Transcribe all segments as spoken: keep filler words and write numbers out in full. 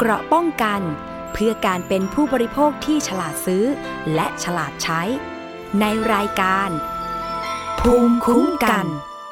เกราะป้องกันเพื่อการเป็นผู้บริโภคที่ฉลาดซื้อและฉลาดใช้ในรายการภูมิคุ้มกัน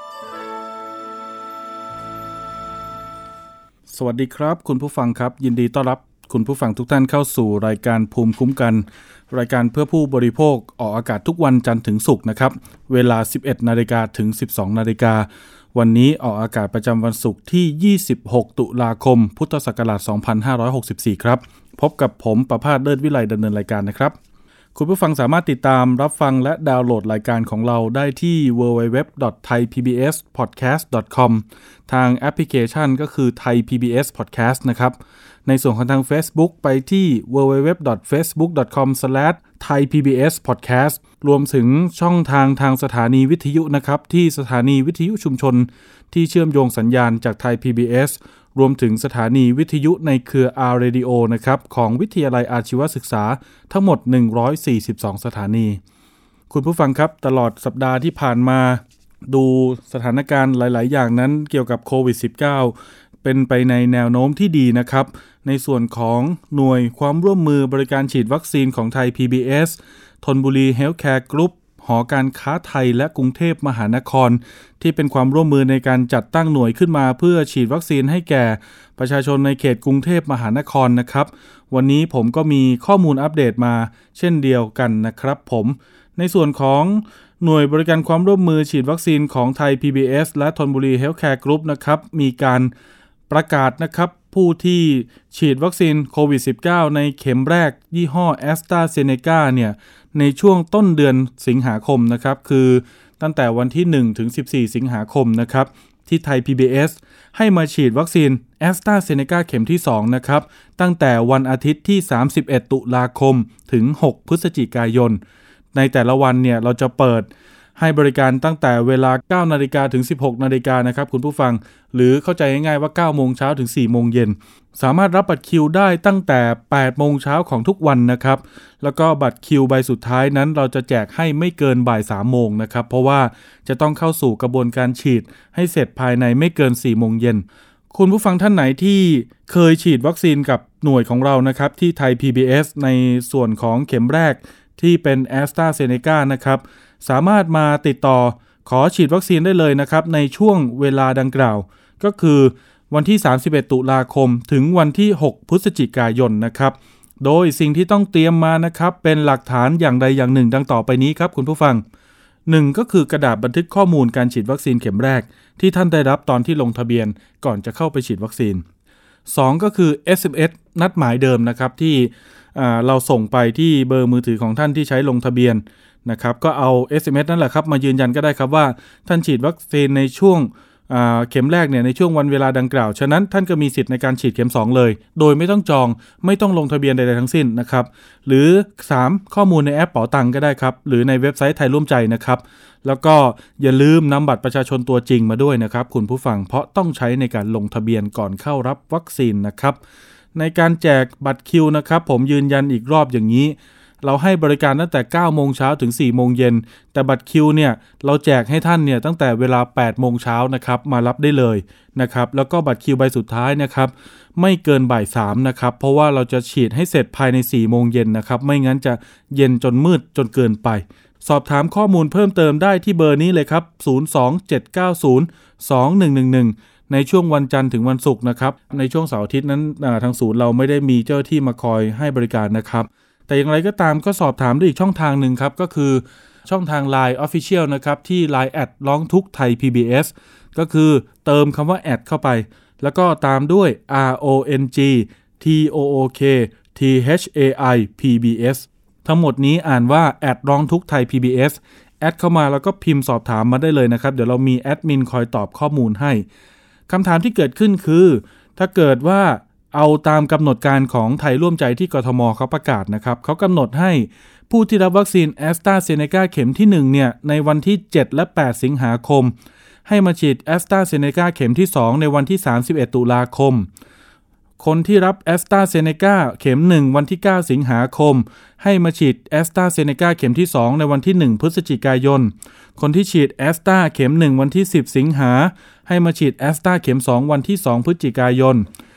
สวัสดีครับคุณผู้ฟังครับยินดีต้อนรับคุณผู้ฟังทุกท่านเข้าสู่รายการภูมิคุ้มกันรายการเพื่อผู้บริโภคออกอากาศทุกวันจันทร์ถึงศุกร์นะครับเวลา สิบเอ็ดนาฬิกา ถึง สิบสองนาฬิกาวันนี้ออกอากาศประจำวันศุกร์ที่ยี่สิบหกตุลาคมพุทธศักราชสองพันห้าร้อยหกสิบสี่ครับพบกับผมประภาสเลิศวิไลดำเนินรายการนะครับคุณผู้ฟังสามารถติดตามรับฟังและดาวน์โหลดรายการของเราได้ที่ ดับเบิลยู ดับเบิลยู ดับเบิลยู ดอท ไทย พี บี เอส พอดแคสต์ ดอท คอม ทางแอปพลิเคชันก็คือ Thai พี บี เอส Podcast นะครับในส่วนของทาง Facebook ไปที่ ดับเบิลยู ดับเบิลยู ดับเบิลยู ดอท เฟซบุ๊ก ดอท คอม สแลช ไทย พี บี เอส พอดแคสต์ รวมถึงช่องทางทางสถานีวิทยุนะครับที่สถานีวิทยุชุมชนที่เชื่อมโยงสัญญาณจาก Thai พี บี เอส รวมถึงสถานีวิทยุในเครือ R Radio นะครับของวิทยาลัยอาชีวศึกษาทั้งหมดหนึ่งร้อยสี่สิบสองสถานีคุณผู้ฟังครับตลอดสัปดาห์ที่ผ่านมาดูสถานการณ์หลายๆอย่างนั้นเกี่ยวกับโควิด สิบเก้า เป็นไปในแนวโน้มที่ดีนะครับในส่วนของหน่วยความร่วมมือบริการฉีดวัคซีนของไทย พี บี เอส ธนบุรีเฮลท์แคร์กรุ๊ปหอการค้าไทยและกรุงเทพมหานครที่เป็นความร่วมมือในการจัดตั้งหน่วยขึ้นมาเพื่อฉีดวัคซีนให้แก่ประชาชนในเขตกรุงเทพมหานครนะครับวันนี้ผมก็มีข้อมูลอัปเดตมาเช่นเดียวกันนะครับผมในส่วนของหน่วยบริการความร่วมมือฉีดวัคซีนของไทย พี บี เอส และธนบุรีเฮลท์แคร์กรุ๊ปนะครับมีการประกาศนะครับผู้ที่ฉีดวัคซีนโควิด สิบเก้า ในเข็มแรกยี่ห้อ AstraZeneca เนี่ยในช่วงต้นเดือนสิงหาคมนะครับคือตั้งแต่วันที่หนึ่งถึงสิบสี่สิงหาคมนะครับที่ไทย พี บี เอส ให้มาฉีดวัคซีน AstraZeneca เข็มที่สองนะครับตั้งแต่วันอาทิตย์ที่สามสิบเอ็ดตุลาคมถึงหกพฤศจิกายนในแต่ละวันเนี่ยเราจะเปิดให้บริการตั้งแต่เวลา เก้านาฬิกา ถึง สิบหกนาฬิกานะครับคุณผู้ฟังหรือเข้าใจง่ายๆว่า เก้าโมงเช้าถึง สี่โมงเย็นสามารถรับบัตรคิวได้ตั้งแต่ แปดโมงเช้าของทุกวันนะครับแล้วก็บัตรคิวใบสุดท้ายนั้นเราจะแจกให้ไม่เกินบ่าย สามโมงนะครับเพราะว่าจะต้องเข้าสู่กระบวนการฉีดให้เสร็จภายในไม่เกิน สี่โมงเย็นคุณผู้ฟังท่านไหนที่เคยฉีดวัคซีนกับหน่วยของเรานะครับที่ไทย พี บี เอส ในส่วนของเข็มแรกที่เป็น AstraZeneca นะครับสามารถมาติดต่อขอฉีดวัคซีนได้เลยนะครับในช่วงเวลาดังกล่าวก็คือวันที่สามสิบเอ็ดตุลาคมถึงวันที่หกพฤศจิกายนนะครับโดยสิ่งที่ต้องเตรียมมานะครับเป็นหลักฐานอย่างใดอย่างหนึ่งดังต่อไปนี้ครับคุณผู้ฟังหนึ่งก็คือกระดาษบันทึกข้อมูลการฉีดวัคซีนเข็มแรกที่ท่านได้รับตอนที่ลงทะเบียนก่อนจะเข้าไปฉีดวัคซีนสองก็คือ เอส เอ็ม เอส นัดหมายเดิมนะครับที่เราส่งไปที่เบอร์มือถือของท่านที่ใช้ลงทะเบียนนะครับก็เอา เอส เอ็ม เอส นั่นแหละครับมายืนยันก็ได้ครับว่าท่านฉีดวัคซีนในช่วงเข็มแรกเนี่ยในช่วงวันเวลาดังกล่าวฉะนั้นท่านก็มีสิทธิ์ในการฉีดเข็มสองเลยโดยไม่ต้องจองไม่ต้องลงทะเบียนใดๆทั้งสิ้นนะครับหรือสามข้อมูลในแอปเป๋าตังก็ได้ครับหรือในเว็บไซต์ไทยร่วมใจนะครับแล้วก็อย่าลืมนำบัตรประชาชนตัวจริงมาด้วยนะครับคุณผู้ฟังเพราะต้องใช้ในการลงทะเบียนก่อนเข้ารับวัคซีนนะครับในการแจกบัตรคิวนะครับผมยืนยันอีกรอบอย่างนี้เราให้บริการตั้งแต่ เก้าโมงเช้าถึง สี่โมงเย็นแต่บัตรคิวเนี่ยเราแจกให้ท่านเนี่ยตั้งแต่เวลา แปดโมงเช้านะครับมารับได้เลยนะครับแล้วก็บัตรคิวใบสุดท้ายนะครับไม่เกินบ่ายสามนะครับเพราะว่าเราจะฉีดให้เสร็จภายใน สี่โมงเย็นนะครับไม่งั้นจะเย็นจนมืดจนเกินไปสอบถามข้อมูลเพิ่มเติมได้ที่เบอร์นี้เลยครับศูนย์ สอง เจ็ด เก้า ศูนย์ สอง หนึ่ง หนึ่ง หนึ่งในช่วงวันจันทร์ถึงวันศุกร์นะครับในช่วงเสาร์อาทิตย์นั้นทางศูนย์เราไม่ได้มีเจ้าที่มาคอยให้บริการนะครับแต่อย่างไรก็ตามก็สอบถามได้อีกช่องทางหนึ่งครับก็คือช่องทาง ไลน์ Official นะครับที่ ไลน์ แอท ร้องทุกข์ไทย พี บี เอส ก็คือเติมคำว่าแอดเข้าไปแล้วก็ตามด้วย อาร์ โอ เอ็น จี ที โอ โอ เค ที เอช เอ ไอ พี บี เอส ทั้งหมดนี้อ่านว่าแอดร้องทุกข์ไทย พี บี เอส แอดเข้ามาแล้วก็พิมพ์สอบถามมาได้เลยนะครับเดี๋ยวเรามีแอดมินคอยตอบข้อมูลให้คำถามที่เกิดขึ้นคือถ้าเกิดว่าเอาตามกำหนดการของไทยร่วมใจที่กทมเขาประกาศนะครับเขากำหนดให้ผู้ที่รับวัคซีน AstraZeneca เข็มที่หนึ่งเนี่ยในวันที่เจ็ดและแปดสิงหาคมให้มาฉีด AstraZeneca เข็มที่สองในวันที่สามสิบเอ็ดตุลาคมคนที่รับ AstraZeneca เข็มหนึ่งวันที่เก้าสิงหาคมให้มาฉีด AstraZeneca เข็มที่สองในวันที่หนึ่งพฤศจิกายนคนที่ฉีด Astra เข็มหนึ่งวันที่สิบสิงหาให้มาฉีด Astra เข็มสองวันที่สองพฤศจิกายน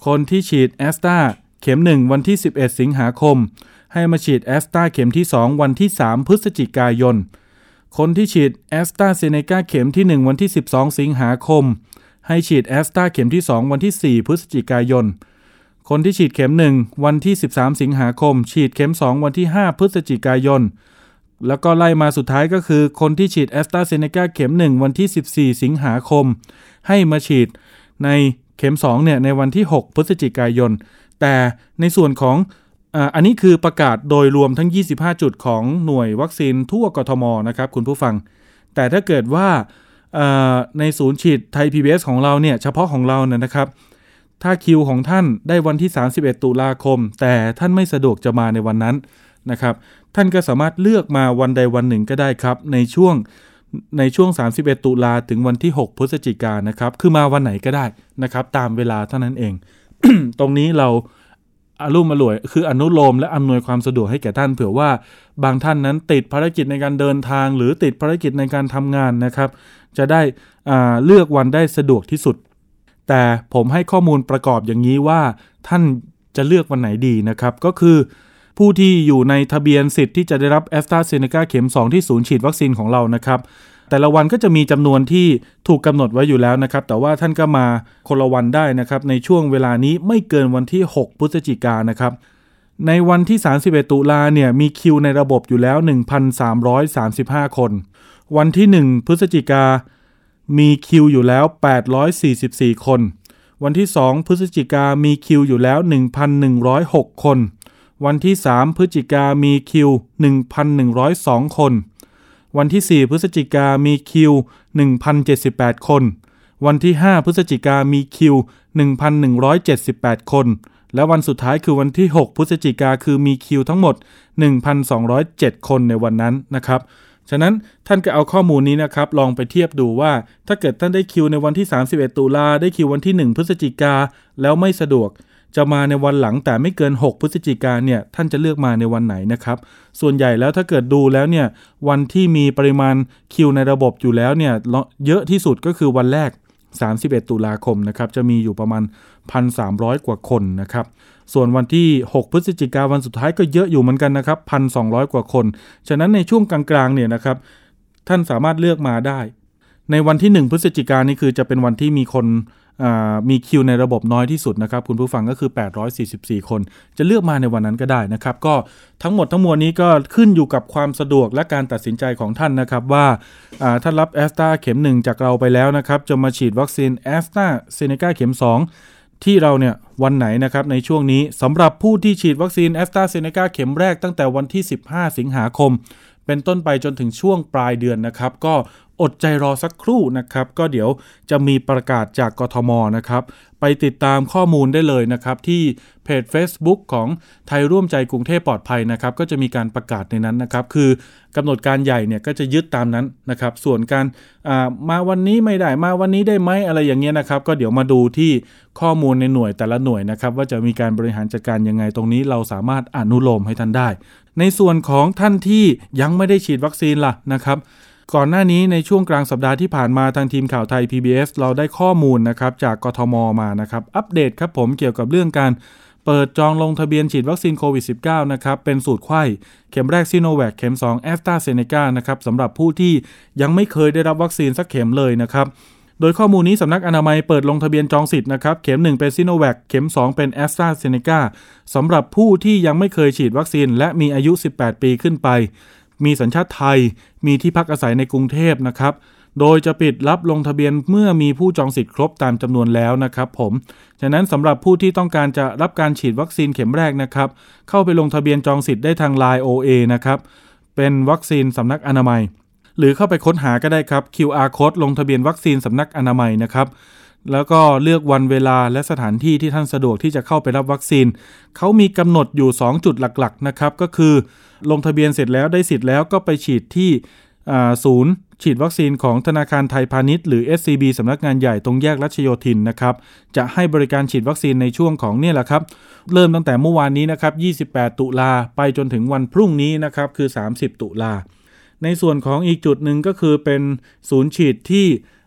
คนที่ฉีดแอสตราเข็มหนึ่งวันที่สิบเอ็ดสิงหาคมให้มาฉีดแอสตราเข็มที่สองวันที่สามพฤศจิกายนคนที่ฉีดแอสตราเซเนกาเข็มที่หนึ่งวันที่สิบสองสิงหาคมให้ฉีดแอสตราเข็มที่สองวันที่สี่พฤศจิกายนคนที่ฉีดเข็มหนึ่งวันที่สิบสามสิงหาคมฉีดเข็มสองวันที่ห้าพฤศจิกายนแล้วก็ไล่มาสุดท้ายก็คือคนที่ฉีดแอสตราเซเนกาเข็มหนึ่งวันที่สิบสี่สิงหาคมให้มาฉีดในเข็มสองเนี่ยในวันที่หกพฤศจิกายนแต่ในส่วนของอ่าอันนี้คือประกาศโดยรวมทั้งยี่สิบห้าจุดของหน่วยวัคซีนทั่วกทมนะครับคุณผู้ฟังแต่ถ้าเกิดว่าในศูนย์ฉีดไทย พี บี เอส ของเราเนี่ยเฉพาะของเราเนี่ยนะครับถ้าคิวของท่านได้วันที่สามสิบเอ็ดตุลาคมแต่ท่านไม่สะดวกจะมาในวันนั้นนะครับท่านก็สามารถเลือกมาวันใดวันหนึ่งก็ได้ครับในช่วงในช่วงสามสิบเอ็ดตุลาถึงวันที่หกพฤศจิกายนนะครับคือมาวันไหนก็ได้นะครับตามเวลาเท่านั้นเอง ตรงนี้เราอารมณ์อร่วยคืออนุโลมและอำนวยความสะดวกให้แก่ท่านเผื่อว่าบางท่านนั้นติดภารกิจในการเดินทางหรือติดภารกิจในการทำงานนะครับจะได้อ่าเลือกวันได้สะดวกที่สุดแต่ผมให้ข้อมูลประกอบอย่างนี้ว่าท่านจะเลือกวันไหนดีนะครับก็คือผู้ที่อยู่ในทะเบียนสิทธิ์ที่จะได้รับแอสตราเซเนกาเข็มสองที่ศูนย์ฉีดวัคซีนของเรานะครับแต่ละวันก็จะมีจำนวนที่ถูกกำหนดไว้อยู่แล้วนะครับแต่ว่าท่านก็มาคนละวันได้นะครับในช่วงเวลานี้ไม่เกินวันที่หกพฤศจิกายนนะครับในวันที่สามสิบเอ็ดตุลาเนี่ยมีคิวในระบบอยู่แล้ว หนึ่งพันสามร้อยสามสิบห้า คนวันที่หนึ่งพฤศจิกายนมีคิวอยู่แล้วแปดร้อยสี่สิบสี่คนวันที่สองพฤศจิกายนมีคิวอยู่แล้ว หนึ่งพันหนึ่งร้อยหก คนวันที่สามพฤศจิกายนมีคิว หนึ่งพันหนึ่งร้อยสอง คนวันที่สี่พฤศจิกายนมีคิว หนึ่งพันเจ็ดสิบแปด คนวันที่ห้าพฤศจิกายนมีคิว หนึ่งพันหนึ่งร้อยเจ็ดสิบแปด คนและวันสุดท้ายคือวันที่หกพฤศจิกายนคือมีคิวทั้งหมด หนึ่งพันสองร้อยเจ็ด คนในวันนั้นนะครับฉะนั้นท่านก็เอาข้อมูลนี้นะครับลองไปเทียบดูว่าถ้าเกิดท่านได้คิวในวันที่สามสิบเอ็ดตุลาได้คิววันที่หนึ่งพฤศจิกายนแล้วไม่สะดวกจะมาในวันหลังแต่ไม่เกินหกพฤศจิกายนเนี่ยท่านจะเลือกมาในวันไหนนะครับส่วนใหญ่แล้วถ้าเกิดดูแล้วเนี่ยวันที่มีปริมาณคิวในระบบอยู่แล้วเนี่ยเยอะที่สุดก็คือวันแรกสามสิบเอ็ดตุลาคมนะครับจะมีอยู่ประมาณ หนึ่งพันสามร้อย กว่าคนนะครับส่วนวันที่หกพฤศจิกายนวันสุดท้ายก็เยอะอยู่เหมือนกันนะครับ หนึ่งพันสองร้อย กว่าคนฉะนั้นในช่วงกลางๆเนี่ยนะครับท่านสามารถเลือกมาได้ในวันที่หนึ่งพฤศจิกายนนี่คือจะเป็นวันที่มีคนมีคิวในระบบน้อยที่สุดนะครับคุณผู้ฟังก็คือแปดร้อยสี่สิบสี่คนจะเลือกมาในวันนั้นก็ได้นะครับก็ทั้งหมดทั้งมวลนี้ก็ขึ้นอยู่กับความสะดวกและการตัดสินใจของท่านนะครับว่าท่านรับแอสตราเข็มหนึ่งจากเราไปแล้วนะครับจะมาฉีดวัคซีนแอสตราเซเนกาเข็มสองที่เราเนี่ยวันไหนนะครับในช่วงนี้สำหรับผู้ที่ฉีดวัคซีนแอสตราเซเนกาเข็มแรกตั้งแต่วันที่สิบห้าสิงหาคมเป็นต้นไปจนถึงช่วงปลายเดือนนะครับก็อดใจรอสักครู่นะครับก็เดี๋ยวจะมีประกาศจากกทมนะครับไปติดตามข้อมูลได้เลยนะครับที่เพจ Facebook ของไทยร่วมใจกรุงเทพปลอดภัยนะครับก็จะมีการประกาศในนั้นนะครับคือกำหนดการใหญ่เนี่ยก็จะยึดตามนั้นนะครับส่วนการมาวันนี้ไม่ได้มาวันนี้ได้ไหมอะไรอย่างเงี้ยนะครับก็เดี๋ยวมาดูที่ข้อมูลในหน่วยแต่ละหน่วยนะครับว่าจะมีการบริหารจัดการยังไงตรงนี้เราสามารถอนุโลมให้ท่านได้ในส่วนของท่านที่ยังไม่ได้ฉีดวัคซีนล่ะนะครับก่อนหน้านี้ในช่วงกลางสัปดาห์ที่ผ่านมาทางทีมข่าวไทย พี บี เอส เราได้ข้อมูลนะครับจากกทมมานะครับอัปเดตครับผมเกี่ยวกับเรื่องการเปิดจองลงทะเบียนฉีดวัคซีนโควิด สิบเก้า นะครับเป็นสูตรไข้เข็มแรกซิโนแวคเข็มสองแอสตราเซเนกานะครับสำหรับผู้ที่ยังไม่เคยได้รับวัคซีนสักเข็มเลยนะครับโดยข้อมูลนี้สำนักอนามัยเปิดลงทะเบียนจองสิทธิ์นะครับเข็มหนึ่งเป็นซิโนแวคเข็มสองเป็นแอสตราเซเนกาสำหรับผู้ที่ยังไม่เคยฉีดวัคซีนและมีอายุสิบแปดปีขึ้นไปมีสัญชาติไทยมีที่พักอาศัยในกรุงเทพนะครับโดยจะปิดรับลงทะเบียนเมื่อมีผู้จองสิทธิ์ครบตามจำนวนแล้วนะครับผมฉะนั้นสำหรับผู้ที่ต้องการจะรับการฉีดวัคซีนเข็มแรกนะครับเข้าไปลงทะเบียนจองสิทธิ์ได้ทาง ไลน์ โอ เอ นะครับเป็นวัคซีนสำนักอนามัยหรือเข้าไปค้นหาก็ได้ครับ คิว อาร์ Code ลงทะเบียนวัคซีนสำนักอนามัยนะครับแล้วก็เลือกวันเวลาและสถานที่ที่ท่านสะดวกที่จะเข้าไปรับวัคซีนเขามีกำหนดอยู่สองจุดหลักๆนะครับก็คือลงทะเบียนเสร็จแล้วได้สิทธิ์แล้วก็ไปฉีดที่ศูนย์ฉีดวัคซีนของธนาคารไทยพาณิชย์หรือ เอส ซี บี สำนักงานใหญ่ตรงแยกรัชโยธินนะครับจะให้บริการฉีดวัคซีนในช่วงของเนี่ยแหละครับเริ่มตั้งแต่เมื่อวานนี้นะครับยี่สิบแปดตุลาไปจนถึงวันพรุ่งนี้นะครับคือสามสิบตุลาในส่วนของอีกจุดหนึ่งก็คือเป็นศูนย์ฉีดที่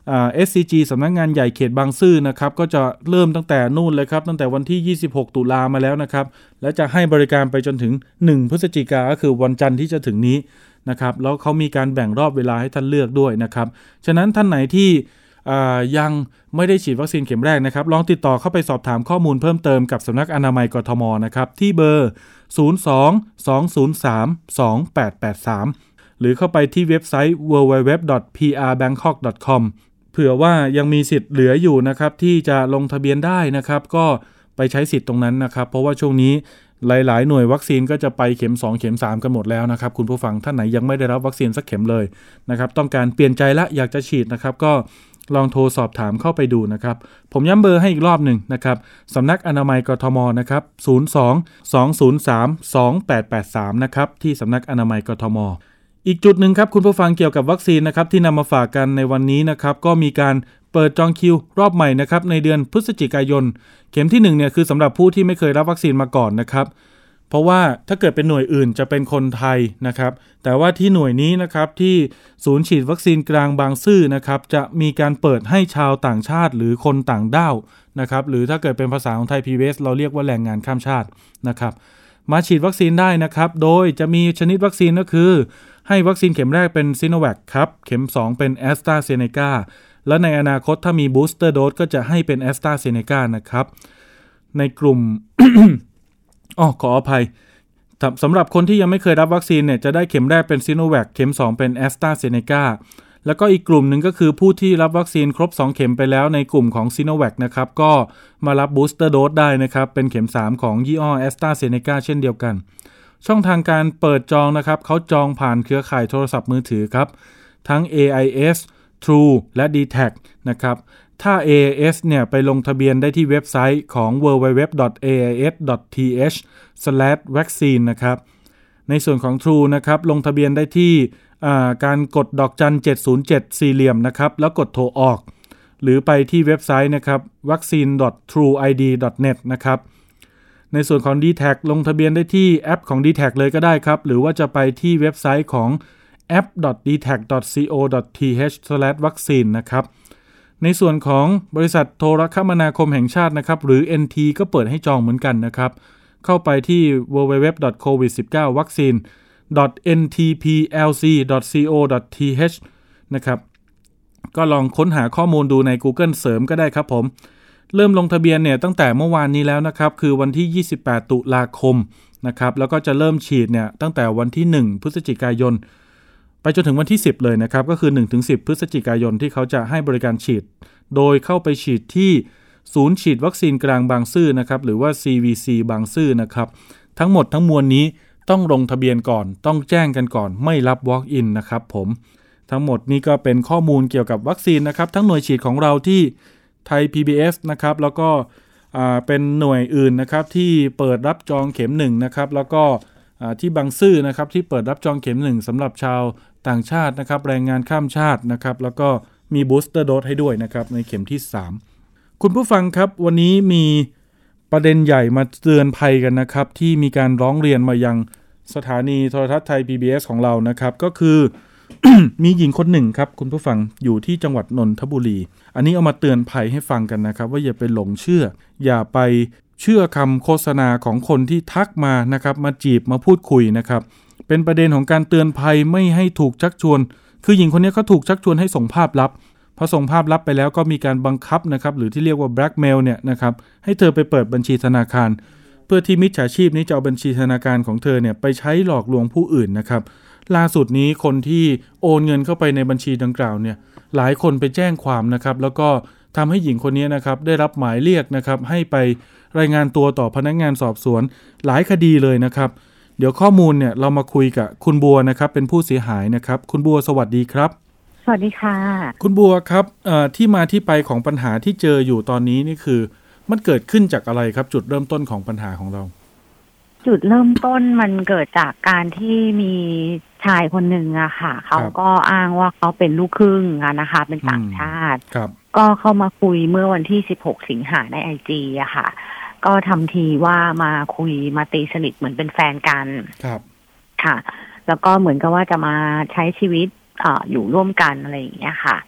เอส ซี จี สำนักงานใหญ่เขตบางซื่อนะครับก็จะเริ่มตั้งแต่นู่นเลยครับตั้งแต่วันที่ยี่สิบหกตุลามาแล้วนะครับและจะให้บริการไปจนถึงหนึ่งพฤศจิกายนก็คือวันจันทร์ที่จะถึงนี้นะครับแล้วเขามีการแบ่งรอบเวลาให้ท่านเลือกด้วยนะครับฉะนั้นท่านไหนที่ยังไม่ได้ฉีดวัคซีนเข็มแรกนะครับลองติดต่อเข้าไปสอบถามข้อมูลเพิ่มเติมกับสำนักอนามัยกทมนะครับที่เบอร์ศูนย์ สอง สอง ศูนย์ สาม สอง แปด แปด สามหรือเข้าไปที่เว็บไซต์ ดับเบิลยู ดับเบิลยู ดับเบิลยู ดอท พี อาร์ แบงค็อก ดอท คอม เผื่อว่ายังมีสิทธิ์เหลืออยู่นะครับที่จะลงทะเบียนได้นะครับก็ไปใช้สิทธิ์ตรงนั้นนะครับเพราะว่าช่วงนี้หลายๆหน่วยวัคซีนก็จะไปเข็มสองเข็มสามกันหมดแล้วนะครับคุณผู้ฟังท่านไหนยังไม่ได้รับวัคซีนสักเข็มเลยนะครับต้องการเปลี่ยนใจละอยากจะฉีดนะครับก็ลองโทรสอบถามเข้าไปดูนะครับผมย้ำเบอร์ให้อีกรอบหนึ่งนะครับสำนักอนามัยกทมนะครับศูนย์ สอง สอง ศูนย์ สาม สอง แปด แปด สามนะครับที่สำนักอนามัยกทมอีกจุดหนึ่งครับคุณผู้ฟังเกี่ยวกับวัคซีนนะครับที่นำมาฝากกันในวันนี้นะครับก็มีการเปิดจองคิวรอบใหม่นะครับในเดือนพฤศจิกายนเข็มที่หนึ่งเนี่ยคือสำหรับผู้ที่ไม่เคยรับวัคซีนมาก่อนนะครับเพราะว่าถ้าเกิดเป็นหน่วยอื่นจะเป็นคนไทยนะครับแต่ว่าที่หน่วยนี้นะครับที่ศูนย์ฉีดวัคซีนกลางบางซื่อนะครับจะมีการเปิดให้ชาวต่างชาติหรือคนต่างด้าวนะครับหรือถ้าเกิดเป็นภาษาของไทย พี บี เอส เราเรียกว่าแรงงานข้ามชาตินะครับมาฉีดวัคซีนได้นะครับโดยจะมีชนิดวัคซีนก็คือให้วัคซีนเข็มแรกเป็นซิโนแวคครับเข็มสองเป็นแอสตราเซเนกาและในอนาคตถ้ามีบูสเตอร์โดสก็จะให้เป็นแอสตราเซเนกานะครับในกลุ่ม อ๋อขออภัยสำหรับคนที่ยังไม่เคยรับวัคซีนเนี่ยจะได้เข็มแรกเป็นซิโนแวคเข็มสองเป็นแอสตราเซเนกาแล้วก็อีกกลุ่มหนึ่งก็คือผู้ที่รับวัคซีนครบสองเข็มไปแล้วในกลุ่มของซิโนแวคนะครับก็มารับบูสเตอร์โดสได้นะครับเป็นเข็มสามของยี่ห้อแอสตราเซเนกาเช่นเดียวกันช่องทางการเปิดจองนะครับเขาจองผ่านเครือข่ายโทรศัพท์มือถือครับทั้ง เอ ไอ เอส True และ ดี แท็ก นะครับถ้า เอ ไอ เอส เนี่ยไปลงทะเบียนได้ที่เว็บไซต์ของ ดับเบิลยู ดับเบิลยู ดับเบิลยู ดอท เอ ไอ เอส ดอท ที เอช สแลช วัคซีน นะครับในส่วนของ True นะครับลงทะเบียนได้ที่การกดดอกจันเจ็ดศูนย์เจ็ดสี่เหลี่ยมนะครับแล้วกดโทรออกหรือไปที่เว็บไซต์นะครับ วัคซีน ดอท ทรู ไอ ดี ดอท เน็ต นะครับในส่วนของ ดี แท็ก ลงทะเบียนได้ที่แอปของ ดี แท็ก เลยก็ได้ครับหรือว่าจะไปที่เว็บไซต์ของ แอป ดอท ดี แท็ก ดอท ซี โอ ดอท ที เอช สแลช วัคซีน นะครับในส่วนของบริษัทโทรคมนาคมแห่งชาตินะครับหรือ เอ็น ที ก็เปิดให้จองเหมือนกันนะครับเข้าไปที่ ดับเบิลยู ดับเบิลยู ดับเบิลยู ดอท โควิด สิบเก้า วัคซีน ดอท เอ็น ที พี แอล ซี ดอท ซี โอ ดอท ที เอช นะครับก็ลองค้นหาข้อมูลดูใน Google เสริมก็ได้ครับผมเริ่มลงทะเบียนเนี่ยตั้งแต่เมื่อวานนี้แล้วนะครับคือวันที่ยี่สิบแปดตุลาคมนะครับแล้วก็จะเริ่มฉีดเนี่ยตั้งแต่วันที่หนึ่งพฤศจิกายนไปจนถึงวันที่สิบเลยนะครับก็คือ หนึ่งถึงสิบ พฤศจิกายนที่เขาจะให้บริการฉีดโดยเข้าไปฉีดที่ศูนย์ฉีดวัคซีนกลางบางซื่อนะครับหรือว่า ซี วี ซี บางซื่อนะครับทั้งหมดทั้งมวลนี้ต้องลงทะเบียนก่อนต้องแจ้งกันก่อนไม่รับ walk in นะครับผมทั้งหมดนี้ก็เป็นข้อมูลเกี่ยวกับวัคซีนนะครับทั้งหน่วยฉีดของเราที่ไทย พี บี เอส นะครับแล้วก็เป็นหน่วยอื่นนะครับที่เปิดรับจองเข็มหนึ่งนะครับแล้วก็ที่บางซื่อนะครับที่เปิดรับจองเข็มหนึ่งสำหรับชาวต่างชาตินะครับแรงงานข้ามชาตินะครับแล้วก็มีบูสเตอร์โดสให้ด้วยนะครับในเข็มที่สามคุณผู้ฟังครับวันนี้มีประเด็นใหญ่มาเตือนภัยกันนะครับที่มีการร้องเรียนมายังสถานีโทรทัศน์ไทย พี บี เอส ของเรานะครับก็คือ มีหญิงคนหนึ่งครับคุณผู้ฟังอยู่ที่จังหวัดนนทบุรีอันนี้เอามาเตือนภัยให้ฟังกันนะครับว่าอย่าไปหลงเชื่ออย่าไปเชื่อคำโฆษณาของคนที่ทักมานะครับมาจีบมาพูดคุยนะครับเป็นประเด็นของการเตือนภัยไม่ให้ถูกชักชวนคือหญิงคนนี้เขาถูกชักชวนให้ส่งภาพลับพอส่งภาพลับไปแล้วก็มีการบังคับนะครับหรือที่เรียกว่า blackmail เนี่ยนะครับให้เธอไปเปิดบัญชีธนาคารเพื่อที่มิจฉาชีพนี้จะเอาบัญชีธนาคารของเธอเนี่ยไปใช้หลอกลวงผู้อื่นนะครับล่าสุดนี้คนที่โอนเงินเข้าไปในบัญชีดังกล่าวเนี่ยหลายคนไปแจ้งความนะครับแล้วก็ทำให้หญิงคนนี้นะครับได้รับหมายเรียกนะครับให้ไปรายงานตัวต่อพนักงานสอบสวนหลายคดีเลยนะครับเดี๋ยวข้อมูลเนี่ยเรามาคุยกับคุณบัวนะครับเป็นผู้เสียหายนะครับคุณบัวสวัสดีครับสวัสดีค่ะคุณบัวครับที่มาที่ไปของปัญหาที่เจออยู่ตอนนี้นี่คือมันเกิดขึ้นจากอะไรครับจุดเริ่มต้นของปัญหาของเราจุดเริ่มต้นมันเกิดจากการที่มีชายคนหนึ่งอะค่ะเขาก็อ้างว่าเขาเป็นลูกครึ่งนะคะเป็นต่างชาติก็เข้ามาคุยเมื่อวันที่สิบหกสิงหาใน ไอ จี อะค่ะก็ทำทีว่ามาคุยมาตีสนิทเหมือนเป็นแฟนกันครับค่ะแล้วก็เหมือนกับว่าจะมาใช้ชีวิตอ่าอยู่ร่วมกันอะไรอย่างเงี้ยค่ะ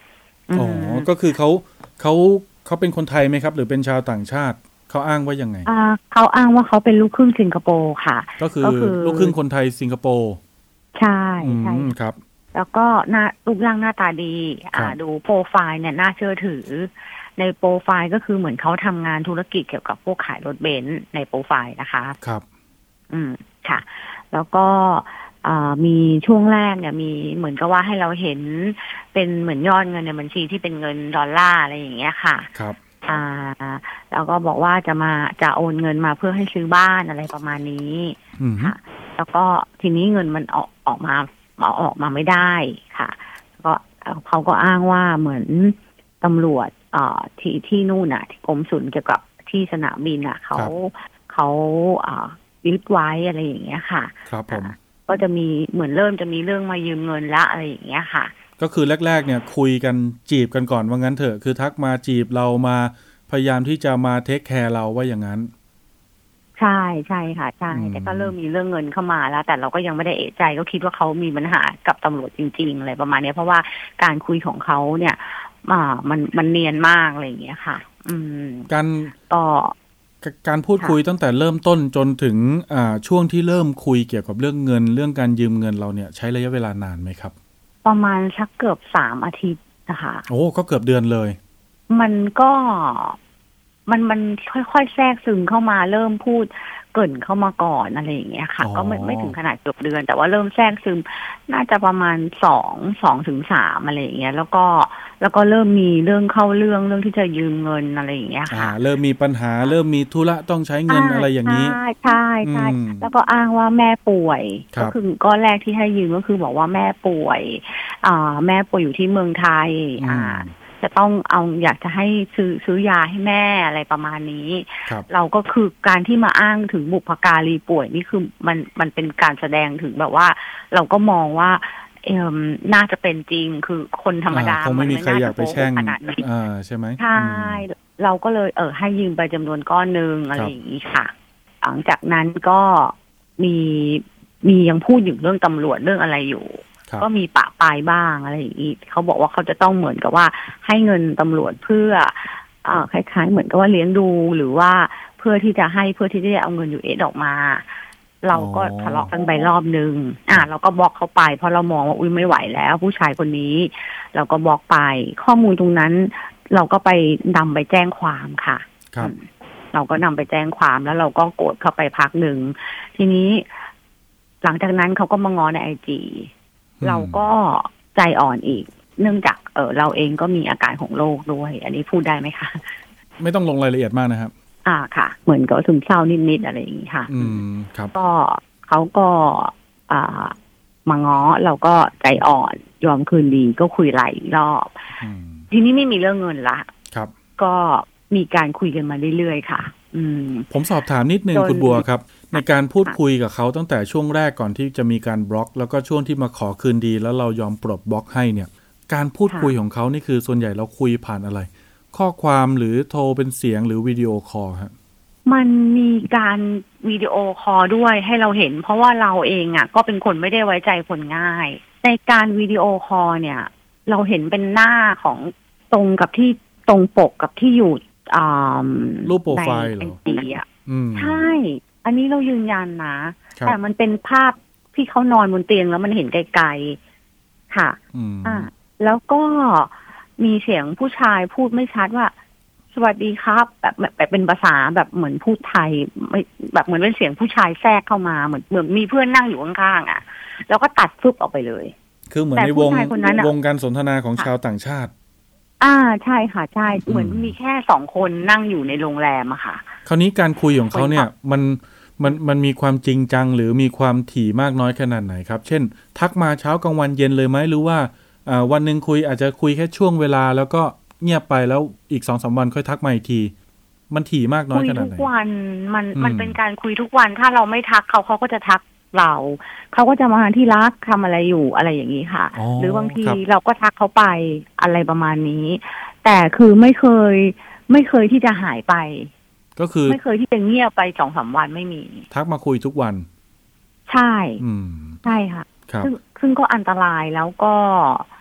อ๋อก็คือเขาเขาเขาเป็นคนไทยไหมครับหรือเป็นชาวต่างชาติเขาอ้างว่ายังไงอ่าเขาอ้างว่าเขาเป็นลูกครึ่งสิงคโปร์ค่ะก็คือลูกครึ่งคนไทยสิงคโปร์ใช่ใช่ครับแล้วก็หน้ารูปร่างหน้าตาดีอ่าดูโปรไฟล์เนี่ยน่าเชื่อถือในโปรไฟล์ก็คือเหมือนเขาทำงานธุรกิจเกี่ยวกับพวกขายรถเบนซ์ในโปรไฟล์นะคะครับอืมค่ะแล้วก็มีช่วงแรกเนี่ยมีเหมือนกับว่าให้เราเห็นเป็นเหมือนยอดเงินในบัญชีที่เป็นเงินดอลลาร์อะไรอย่างเงี้ยค่ะครับอ่าแล้วก็บอกว่าจะมาจะโอนเงินมาเพื่อให้ซื้อบ้านอะไรประมาณนี้ค่ะแล้วก็ทีนี้เงินมันออกออกมาออกมาไม่ได้ค่ะก็เขาก็อ้างว่าเหมือนตำรวจเอ่อที่ที่นู่นน่ะที่กรมศุลเกี่ยวกับที่สนามบินน่ะเขาเขาอ่ายึดไว้อะไรอย่างเงี้ยค่ะครับผมก็จะมีเหมือนเริ่มจะมีเรื่องมายืมเงินละอะไรอย่างเงี้ยค่ะก็คือแรกๆเนี่ยคุยกันจีบกันก่อนว่างั้นเถอะคือทักมาจีบเรามาพยายามที่จะมาเทคแคร์เราว่าอย่างนั้นใช่ใช่ค่ะใช่แต่ก็เริ่มมีเรื่องเงินเข้ามาแล้วแต่เราก็ยังไม่ได้เอะใจก็คิดว่าเขามีปัญหากับตำรวจจริงๆอะไรประมาณนี้เพราะว่าการคุยของเขาเนี่ยอ่ามันมันเนียนมากอะไรอย่างเงี้ยค่ะอืมการต่อการพูดคุยตั้งแต่เริ่มต้นจนถึงอ่าช่วงที่เริ่มคุยเกี่ยวกับเรื่องเงินเรื่องการยืมเงินเราเนี่ยใช้ระยะเวลานานไหมครับประมาณสักเกือบสามอาทิตย์นะคะโอ้ก็เกือบเดือนเลยมันก็มันมันค่อยๆแทรกซึมเข้ามาเริ่มพูดเกริ่นเข้ามาก่อนอะไรอย่างเงี้ยค่ะก็ไม่ไม่ถึงขนาดเกือบเดือนแต่ว่าเริ่มแทรกซึมน่าจะประมาณสองสองถึงสามอะไรอย่างเงี้ยแล้วก็แล้วก็เริ่มมีเรื่องเข้าเรื่องเรื่องที่จะยืมเงินอะไรอย่างเงี้ยค่ะเริ่มมีปัญหาเริ่มมีธุระต้องใช้เงินอะไรอย่างนี้ใช่ใช่ใช่แล้วก็อ้างว่าแม่ป่วยก็คือก้อนแรกที่ให้ยืมก็คือบอกว่าแม่ป่วยอ่าแม่ป่วยอยู่ที่เมืองไทยอ่าจะต้องเอาอยากจะให้ซื้อซื้อยาให้แม่อะไรประมาณนี้เราก็คือการที่มาอ้างถึงบุพการีป่วยนี่คือมันมันเป็นการแสดงถึงแบบว่าเราก็มองว่าเอ่อน่าจะเป็นจริงคือคนธรรมดาคงไม่มีใครอยากไปแช่งอ่าใช่ไหมใช่เราก็เลยเออให้ยืมไปจำนวนก้อนนึงอะไรอย่างนี้ค่ะหลังจากนั้นก็มีมียังพูดอยู่เรื่องตำรวจเรื่องอะไรอยู่ก็มีปะปายบ้างอะไรอย่างนี้เขาบอกว่าเขาจะต้องเหมือนกับว่าให้เงินตำรวจเพื่ออ่าคล้ายๆเหมือนกับว่าเลี้ยงดูหรือว่าเพื่อที่จะให้เพื่อที่จะเอาเงินยูเอสออกมาเราก็ทะเลาะกันไปรอบนึงอ่าเราก็บล็อกเขาไปเพราะเรามองว่าอุ้ยไม่ไหวแล้วผู้ชายคนนี้เราก็บล็อกไปข้อมูลตรงนั้นเราก็ไปนำไปแจ้งความค่ะครับเราก็นำไปแจ้งความแล้วเราก็โกรธเข้าไปพักหนึ่งทีนี้หลังจากนั้นเขาก็มางอในไอจีเราก็ใจอ่อนอีกเนื่องจากเออเราเองก็มีอาการของโรคด้วยอันนี้พูดได้ไหมคะไม่ต้องลงรายละเอียดมากนะครับอ่าค่ะเหมือนกับซึมเศร้านิดๆอะไรอย่างนี้ค่ะอืมครับก็เขาก็อ่ามาง้อเราก็ใจอ่อนยอมคืนดีก็คุยหลายรอบทีนี้ไม่มีเรื่องเงินละครับก็มีการคุยกันมาเรื่อยๆค่ะอืมผมสอบถามนิดนึงคุณบัวครับในการพูดคุยกับเขาตั้งแต่ช่วงแรกก่อนที่จะมีการบล็อกแล้วก็ช่วงที่มาขอคืนดีแล้วเรายอมปลดบล็อกให้เนี่ยการพูดคุยของเขานี่คือส่วนใหญ่เราคุยผ่านอะไรข้อความหรือโทรเป็นเสียงหรือวิดีโอคอลฮะมันมีการวิดีโอคอลด้วยให้เราเห็นเพราะว่าเราเองอ่ะก็เป็นคนไม่ได้ไว้ใจคนง่ายในการวิดีโอคอลเนี่ยเราเห็นเป็นหน้าของตรงกับที่ตรงปกกับที่อยู่รูปโปรไฟล์เหรอใช่อันนี้เรายืนยันนะแต่มันเป็นภาพที่เขานอนบนเตียงแล้วมันเห็นไกลๆค่ะอ่าแล้วก็มีเสียงผู้ชายพูดไม่ชัดว่าสวัสดีครับแบบแบบเป็นภาษาแบบเหมือนพูดไทยไม่แบบเหมือนเป็นเสียงผู้ชายแทรกเข้ามาเหมือนเหมือนมีเพื่อนนั่งอยู่ข้างๆอ่ะแล้วก็ตัดฟึบออกไปเลยคือเหมือนในวงวงการสนทนาของชาวต่างชาติอ่าใช่ค่ะใช่เหมือนมีแค่สองคนนั่งอยู่ในโรงแรมอะค่ะคราวนี้การคุยของเขาเนี่ยมันมันมันมีความจริงจังหรือมีความถี่มากน้อยขนาดไหนครับเช่นทักมาเช้ากลางวันเย็นเลยไหมหรือว่าอ่าวันนึงคุยอาจจะคุยแค่ช่วงเวลาแล้วก็เงียบไปแล้วอีก สองสาม วันค่อยทักมาอีกทีมันถี่มากน้อยขนาดไหนคุยทุกวันมันมันเป็นการคุยทุกวันถ้าเราไม่ทักเขาเขาก็จะทักเราเขาก็จะมาที่รักทำอะไรอยู่อะไรอย่างนี้ค่ะหรือบางทีเราก็ทักเขาไปอะไรประมาณนี้แต่คือไม่เคยไม่เคยที่จะหายไปก็คือไม่เคยที่จะเงียบไป สองสาม วันไม่มีทักมาคุยทุกวันใช่อืมใช่ค่ะครับซึ่งซึ่งก็อันตรายแล้วก็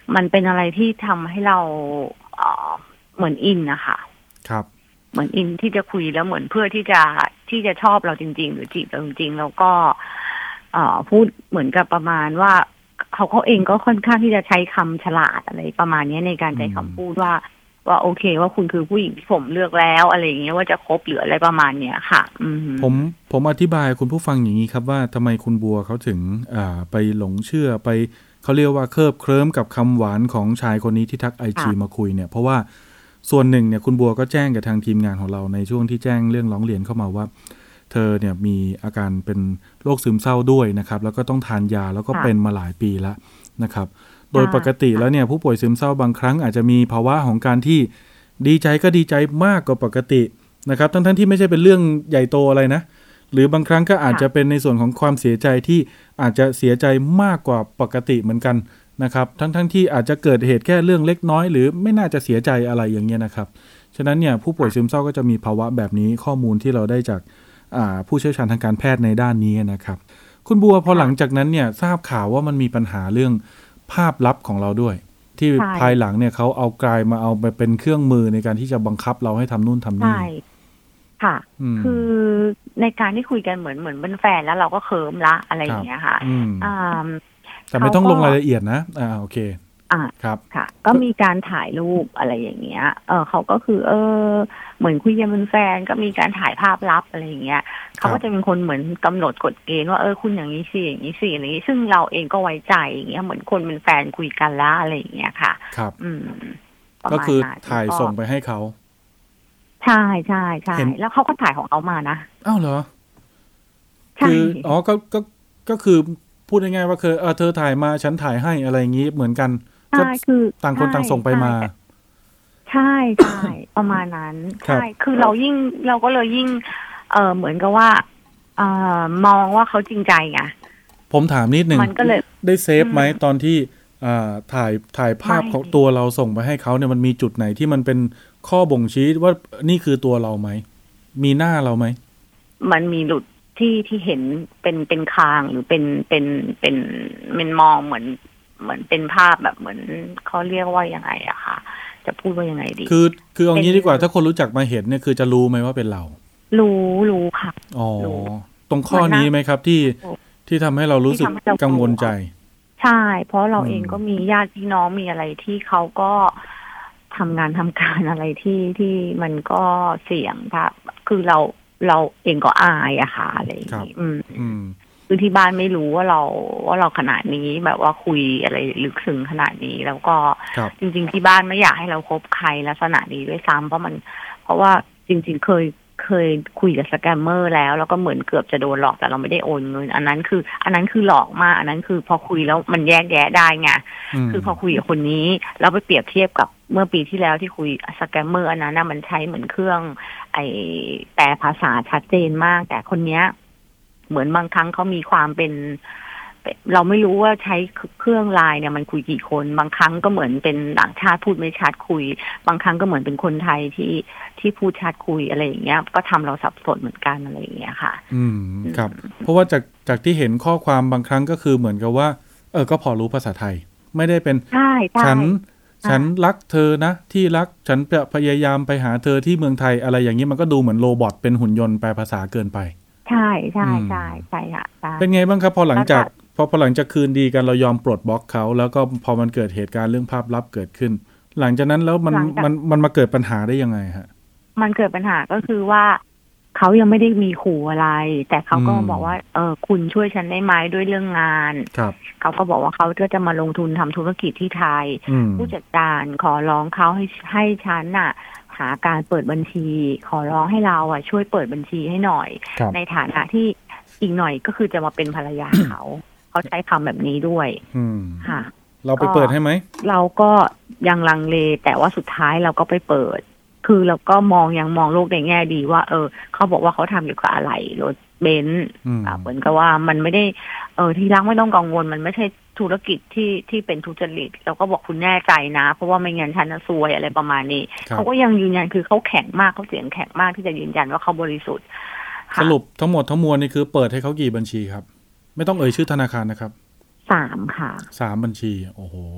มันเป็นอะไรที่ทำให้เราเอ่อเหมือนอินนะคะครับเหมือนอินที่จะคุยแล้วเหมือนเพื่อที่จะที่จะชอบเราจริงๆหรือจีบเราจริงๆแล้วก็เอ่อพูดเหมือนกับประมาณว่าเขาเขาเองก็ค่อนข้างที่จะใช้คำฉลาดอะไรประมาณนี้ในการใช้คำพูดว่าว่าโอเคว่าคุณคือผู้หญิงที่ผมเลือกแล้วอะไรอย่างเงี้ยว่าจะคบหรืออะไรประมาณเนี้ยค่ะผมผมอธิบายคุณผู้ฟังอย่างนี้ครับว่าทำไมคุณบัวเขาถึงอ่าไปหลงเชื่อไปเขาเรียกว่าเคลิบเคลิ้มกับคำหวานของชายคนนี้ที่ทัก ไอ จี มาคุยเนี่ยเพราะว่าส่วนหนึ่งเนี่ยคุณบัวก็แจ้งกับทางทีมงานของเราในช่วงที่แจ้งเรื่องร้องเรียนเข้ามาว่าเธอเนี่ยมีอาการเป็นโรคซึมเศร้าด้วยนะครับแล้วก็ต้องทานยาแล้วก็เป็นมาหลายปีแล้วนะครับโดยปกติแล้วเนี่ยผู้ป่วยซึมเศร้าบางครั้งอาจจะมีภาวะของการที่ดีใจก็ดีใจมากกว่าปกตินะครับทั้งๆที่ไม่ใช่เป็นเรื่องใหญ่โตอะไรนะหรือบางครั้งก็อาจจะเป็นในส่วนของความเสียใจที่อาจจะเสียใจมากกว่าปกติเหมือนกันนะครับทั้งๆที่อาจจะเกิดเหตุแค่เรื่องเล็กน้อยหรือไม่น่าจะเสียใจอะไรอย่างเงี้ยนะครับฉะนั้นเนี่ยผู้ป่วยซึมเศร้าก็จะมีภาวะแบบนี้ข้อมูลที่เราได้จากผู้เชี่ยวชาญทางการแพทย์ในด้านนี้นะครับคุณบัวพอหลังจากนั้นเนี่ยทราบข่าวว่ามันมีปัญหาเรื่องภาพลับของเราด้วยที่ภายหลังเนี่ยเขาเอากลายมาเอาไปเป็นเครื่องมือในการที่จะบังคับเราให้ทำนู่นทำนี่ใช่ค่ะคือในการที่คุยกันเหมือนเหมือนเป็นแฟนแล้วเราก็เคิมละอะไรอย่างเงี้ยค่ะแต่ไม่ต้องลงรายละเอียดนะอ่าโอเคอ่าครับค่ะก็มีการถ่ายรูปอะไรอย่างเงี้ยเออเขาก็คือเออเหมือนคุยกันเป็นแฟนก็มีการถ่ายภาพลับอะไรอย่างเงี้ยเขาก็จะเป็นคนเหมือนกำหนดกฎเกณฑ์ว่าเออคุณอย่างนี้สิอย่างนี้สิอะไรนี้ซึ่งเราเองก็ไว้ใจอย่างเงี้ยเหมือนคนเป็นแฟนคุยกันแล้วอะไรอย่างเงี้ยค่ะครับอืมก็คือถ่ายส่งไปให้เขาใช่ใช่ใช่แล้วเขาก็ถ่ายของเขามานะอ้าวเหรอคืออ๋อก็ก็ก็คือพูดง่ายๆว่าคือเออเธอถ่ายมาฉันถ่ายให้อะไรอย่างงี้เหมือนกันใช่คือต่างคนต่างส่งไปมาใช่ใช่ประมาณนั้นใช่คือเรายิ่งเราก็เลยยิ่งเออเหมือนกับว่าเอ่อมองว่าเขาจริงใจไงผมถามนิดนึงมันก็เลยได้เซฟไหมตอนที่อ่าถ่ายถ่ายภาพของตัวเราส่งไปให้เขาเนี่ยมันมีจุดไหนที่มันเป็นข้อบ่งชี้ว่านี่คือตัวเราไหมมีหน้าเราไหมมันมีหลุดที่ที่เห็นเป็นเป็นคางหรือเป็นเป็นเป็นมันมองเหมือนเหมือนเป็นภาพแบบเหมือนเขาเรียกว่ายังไงอะค่ะจะพูดว่ายังไงดีคือคือเอางี้ดีกว่าถ้าคนรู้จักมาเห็นเนี่ยคือจะรู้ไหมว่าเป็นเรารู้รู้ค่ะอ๋อตรงข้อนี้ไหมครับที่ที่ทำให้เรารู้สึกกังวลใจใช่เพราะเราเองก็มีญาติพี่น้องมีอะไรที่เขาก็ทำงานทำการอะไรที่ที่มันก็เสี่ยงค่ะคือเราเราเองก็อายอะค่ะอะไรอย่างนี้อืมอืมคือที่บ้านไม่รู้ว่าเราว่าเราขนาดนี้แบบว่าคุยอะไรลึกซึ้งขนาดนี้แล้วก็จริงๆที่บ้านไม่อยากให้เราคบใครลักษณะนี้ด้วยซ้ำเพราะมันเพราะว่าจริงๆเคยเคยคุยกับสแกมเมอร์แล้วแล้วก็เหมือนเกือบจะโดนหลอกแต่เราไม่ได้โอนเงินอันนั้นคืออันนั้นคือหลอกมากอันนั้นคือพอคุยแล้วมันแยกแยะได้ไงคือพอคุยกับคนนี้แล้วไปเปรียบเทียบกับเมื่อปีที่แล้วที่คุยสแกมเมอร์อันนั้นนะมันใช้เหมือนเครื่องไอแปลภาษาชัดเจนมากแต่คนเนี้ยเหมือนบางครั้งเขามีความเป็นเราไม่รู้ว่าใช้เครื่องไลน์เนี่ยมันคุยกี่คนบางครั้งก็เหมือนเป็นต่างชาติพูดไม่ชัดคุยบางครั้งก็เหมือนเป็นคนไทยที่ที่พูดชัดคุยอะไรอย่างเงี้ยก็ทำเราสับสนเหมือนกันอะไรอย่างเงี้ยค่ะอืมครับเพราะว่าจากจากที่เห็นข้อความบางครั้งก็คือเหมือนกับว่าเออก็พอรู้ภาษาไทยไม่ได้เป็นฉันฉันรักเธอนะที่รักฉันพยายามไปหาเธอที่เมืองไทยอะไรอย่างนี้มันก็ดูเหมือนโรบอทเป็นหุ่นยนต์แปลภาษาเกินไปใช่ใช่ใช่ใช่ค่ะเป็นไงบ้างครับพอหลังจากพอพอหลังจากคืนดีกันเรายอมปลดบล็อกเขาแล้วก็พอมันเกิดเหตุการณ์เรื่องภาพลับเกิดขึ้นหลังจากนั้นแล้วมันมันมันมาเกิดปัญหาได้ยังไงฮะมันเกิดปัญหาก็คือว่าเขายังไม่ได้มีขู่อะไรแต่เขาก็บอกว่าเออคุณช่วยฉันได้ไหมด้วยเรื่องงานเขาก็บอกว่าเขาก็จะมาลงทุนทำธุรกิจที่ไทยผู้จัดการขอร้องเขาให้ให้ฉันน่ะหาการเปิดบัญชีขอร้องให้เราอ่ะช่วยเปิดบัญชีให้หน่อยในฐานะที่อีกหน่อยก็คือจะมาเป็นภรรยาเขาเขาใช้คำแบบนี้ด้วยค่ะเราไปเปิดให้ไหมเราก็ยังลังเลแต่ว่าสุดท้ายเราก็ไปเปิดคือเราก็มองยังมองโลกในแง่ดีว่าเออเขาบอกว่าเขาทำเกี่ยวกับอะไรรถเบนซ์เหมือนกับว่ามันไม่ได้เออที่รักไม่ต้องกังวลมันไม่ใช่ธุรกิจที่ที่เป็นทุจริตเราก็บอกคุณแน่ใจนะเพราะว่าไม่งั้นฉันจะซวยอะไรประมาณนี้เขาก็ยังยืนยันคือเขาแข็งมากเขาเสียงแข็งมากที่จะยืนยันว่าเขาบริสุทธิ์สรุปทั้งหมดทั้งมวลนี่คือเปิดให้เขากี่บัญชีครับไม่ต้องเอ่ยชื่อธนาคารนะครับสามค่ะสามบัญชีโอ้โห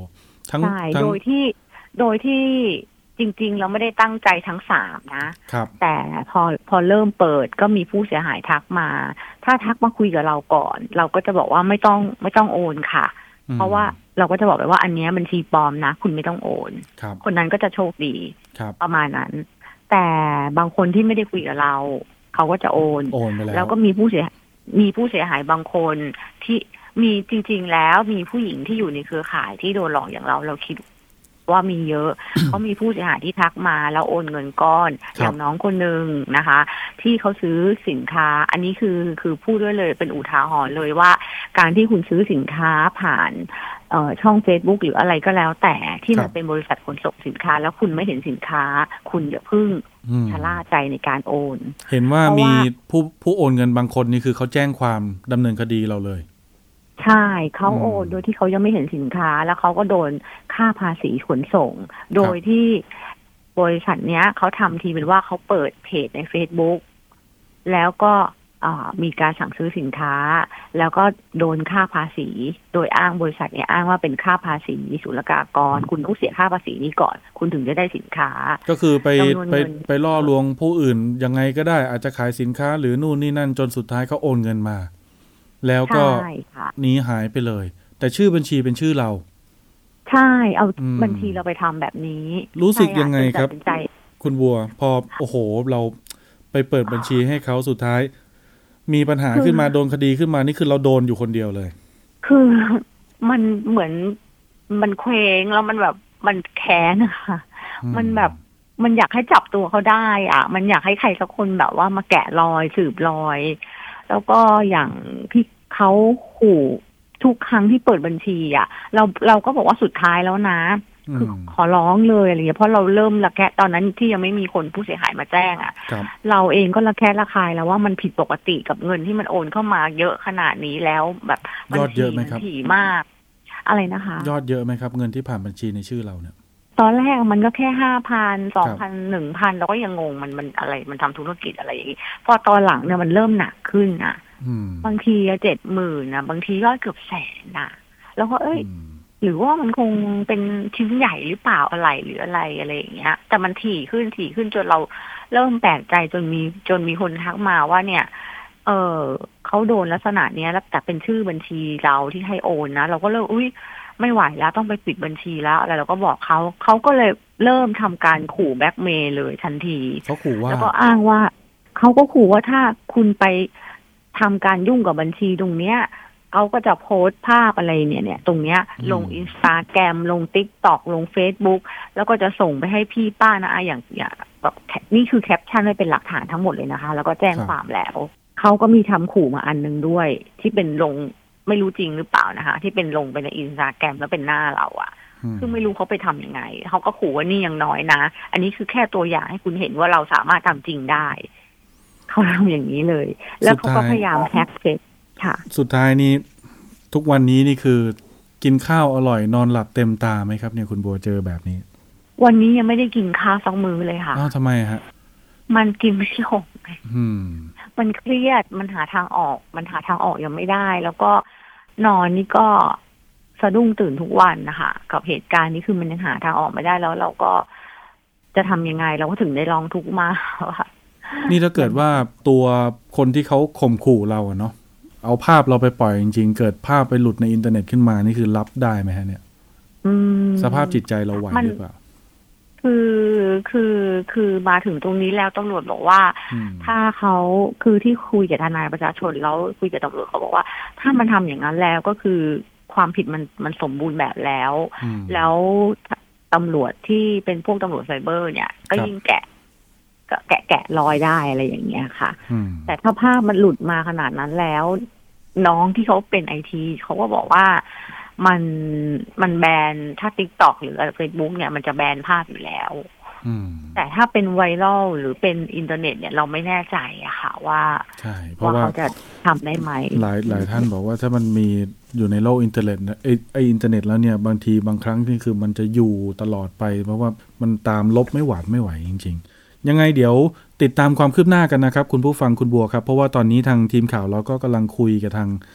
ทั้งใช่โดยที่โดยที่จริงๆเราไม่ได้ตั้งใจทั้งสามนะครับแต่พอพอเริ่มเปิดก็มีผู้เสียหายทักมาถ้าทักมาคุยกับเราก่อนเราก็จะบอกว่าไม่ต้องไม่ต้องโอนค่ะเพราะว่าเราก็จะบอกไปว่าอันนี้บัญชีปลอมนะคุณไม่ต้องโอนค, คนนั้นก็จะโชคดี ประมาณนั้นแต่บางคนที่ไม่ได้คุยกับเราเขาก็จะโอนโอนไปแล้วแล้วก็มีผู้เสียมีผู้เสียหายบางคนที่มีจริงๆแล้วมีผู้หญิงที่อยู่ในเครือข่ายที่โดนหลอกอย่างเราเราคิดว่ามีเยอะ เขามีผู้เสียหายที่ทักมาแล้วโอนเงินก้อนอย่างน้องคนหนึ่งนะคะที่เขาซื้อสินค้าอันนี้คือคือพูดด้วยเลยเป็นอุทาหรณ์เลยว่าการที่คุณซื้อสินค้าผ่านเอ่อช่อง Facebook หรืออะไรก็แล้วแต่ที่มันเป็นบริษัทขนส่งสินค้าแล้วคุณไม่เห็นสินค้าคุณอย่าพึ่งชะล่าใจในการโอนเห็นว่ามีผู้ผู้โอนเงินบางคนนี่คือเขาแจ้งความดำเนินคดีเราเลยใช่เขาโอนโดยที่เขายังไม่เห็นสินค้าแล้วเขาก็โดนค่าภาษีขนส่งโดยที่บริษัทเนี้ยเขาทำทีเป็นว่าเขาเปิดเพจใน Facebook แล้วก็มีการสั่งซื้อสินค้าแล้วก็โดนค่าภาษีโดยอ้างบริษัทเนี่ยอ้างว่าเป็นค่าภาษีศุลกากรคุณต้องเสียค่าภาษีนี้ก่อนคุณถึงจะได้สินค้าก็คือไปไปไปล่อลวงผู้อื่นยังไงก็ได้อาจจะขายสินค้าหรือนู่นนี่นั่นจนสุดท้ายเขาโอนเงินมาแล้วก็หนีหายไปเลยแต่ชื่อบัญชีเป็นชื่อเราใช่เอาบัญชีเราไปทำแบบนี้รู้สึกยังไงครับคุณบัวพอโอ้โหเราไปเปิดบัญชีให้เขาสุดท้ายมีปัญหาขึ้นมาโดนคดีขึ้นมานี่คือเราโดนอยู่คนเดียวเลยคือมันเหมือนมันเคว้งแล้วมันแบบมันแค้นนะคะมันแบบมันอยากให้จับตัวเขาได้อ่ะมันอยากให้ใครสักคนแบบว่ามาแกะรอยสืบรอยแล้วก็อย่างที่เขาขู่ทุกครั้งที่เปิดบัญชีอ่ะเราเราก็บอกว่าสุดท้ายแล้วนะคือขอร้องเลยอะไรเงี้ยเพราะเราเริ่มระแคะตอนนั้นที่ยังไม่มีคนผู้เสียหายมาแจ้งอ่ะเราเองก็ระแคะระคายแล้วว่ามันผิดปกติกับเงินที่มันโอนเข้ามาเยอะขนาดนี้แล้วแบบยอดเยอะไหมครับถี่มากอะไรนะคะยอดเยอะไหมครับเงินที่ผ่านบัญชีในชื่อเราเนี่ยตอนแรกมันก็แค่ห้าพันสองพันหนึ่งพันเราก็ยังงงมันมันอะไรมันทำธุรกิจอะไรอย่างนี้พอตอนหลังเนี่ยมันเริ่มหนักขึ้นอ่ะบางทีเจ็ดหมื่นนะบางทียอดเกือบแสนน่ะแล้วก็เอ้ยหรือว่ามันคงเป็นชิ้นใหญ่หรือเปล่าอะไรหรืออะไรอะไรอย่างเงี้ยแต่มันถี่ขึ้นถี่ขึ้นจนเราเริ่มแปลกใจจนมีจนมีคนทักมาว่าเนี่ยเออเขาโดนลักษณะเนี้ยแล้วแต่เป็นชื่อบัญชีเราที่ให้โอนนะเราก็เริ่มอุ้ยไม่ไหวแล้วต้องไปปิดบัญชีแล้วอะไรเราก็บอกเขาเขาก็เลยเริ่มทำการขู่แบล็กเมย์เลยทันทีเขาขู่ว่าแล้วก็อ้างว่าเขาก็ขู่ว่าถ้าคุณไปทำการยุ่งกับบัญชีตรงเนี้ยเขาก็จะโพสต์ภาพอะไรเนี่ยเนี่ยตรงเนี้ยลงอินสตาแกรมลงติ๊กต็อกลงเฟซบุ๊กแล้วก็จะส่งไปให้พี่ป้านะอย่างอย่างแบบนี่คือแคปชั่นไว้เป็นหลักฐานทั้งหมดเลยนะคะแล้วก็แจ้งความแล้วเขาก็มีทำขู่มาอันนึงด้วยที่เป็นลงไม่รู้จริงหรือเปล่านะคะที่เป็นลงไปในอินสตาแกรมแล้วเป็นหน้าเราอะซึ่งไม่รู้เขาไปทำยังไงเขาก็ขู่ว่านี่ยังน้อยนะอันนี้คือแค่ตัวอย่างให้คุณเห็นว่าเราสามารถทำจริงได้เขาทำอย่างนี้เลยแล้วเขาก็พยายามแฮกเฟซค่ะสุดท้ายนี้ทุกวันนี้นี่คือกินข้าวอร่อยนอนหลับเต็มตาไหมครับเนี่ยคุณบัวเจอแบบนี้วันนี้ยังไม่ได้กินข้าวสักมื้อเลยค่ะอ้าวทำไมฮะมันกินไม่ลงอืมมันเครียดมันหาทางออกมันหาทางออกยังไม่ได้แล้วก็นอนนี่ก็สะดุ้งตื่นทุกวันนะคะกับเหตุการณ์นี้คือมันยังหาทางออกไม่ได้แล้วเราก็จะทำยังไงเราก็ถึงได้ลองทุกข์มาค่ะนี่ถ้าเกิดว่าตัวคนที่เขาข่มขู่เราอะเนาะเอาภาพเราไปปล่อยจริงๆเกิดภาพไปหลุดในอินเทอร์เน็ตขึ้นมานี่คือรับได้ไหมฮะเนี่ยสภาพจิตใจเราไหวหรือเปล่าคือคือคือมาถึงตรงนี้แล้วตำรวจบอกว่าถ้าเขาคือที่คุยกับทนายประชาชนแล้วคุยกับตำรวจเขาบอกว่าถ้ามันทำอย่างนั้นแล้วก็คือความผิดมันมันสมบูรณ์แบบแล้วแล้วตำรวจที่เป็นพวกตำรวจไซเบอร์เนี่ยก็ยิ่งแกะแกะแกะรอยได้อะไรอย่างเงี้ยค่ะแต่ถ้าภาพมันหลุดมาขนาดนั้นแล้วน้องที่เขาเป็นไอทีเขาก็บอกว่ามันมันแบนถ้า TikTok หรือ Facebook เนี่ยมันจะแบนภาพอยู่แล้วแต่ถ้าเป็นไวรัลหรือเป็นอินเทอร์เน็ตเนี่ยเราไม่แน่ใจอะค่ะว่าใช่เพราะว่าเขาจะทำได้ไหมหลายหลายท่านบอกว่าถ้ามันมีอยู่ในโลกอินเทอร์เน็ตไอไออินเทอร์เน็ตแล้วเนี่ยบางทีบางครั้งนี่คือมันจะอยู่ตลอดไปเพราะว่ามันตามลบไม่หวาดไม่ไหวจริงๆยังไงเดี๋ยวติดตามความคืบหน้ากันนะครับคุณผู้ฟังคุณบัวครับเพราะว่าตอนนี้ทางทีมข่าวเราก็กำลังคุยกับทาง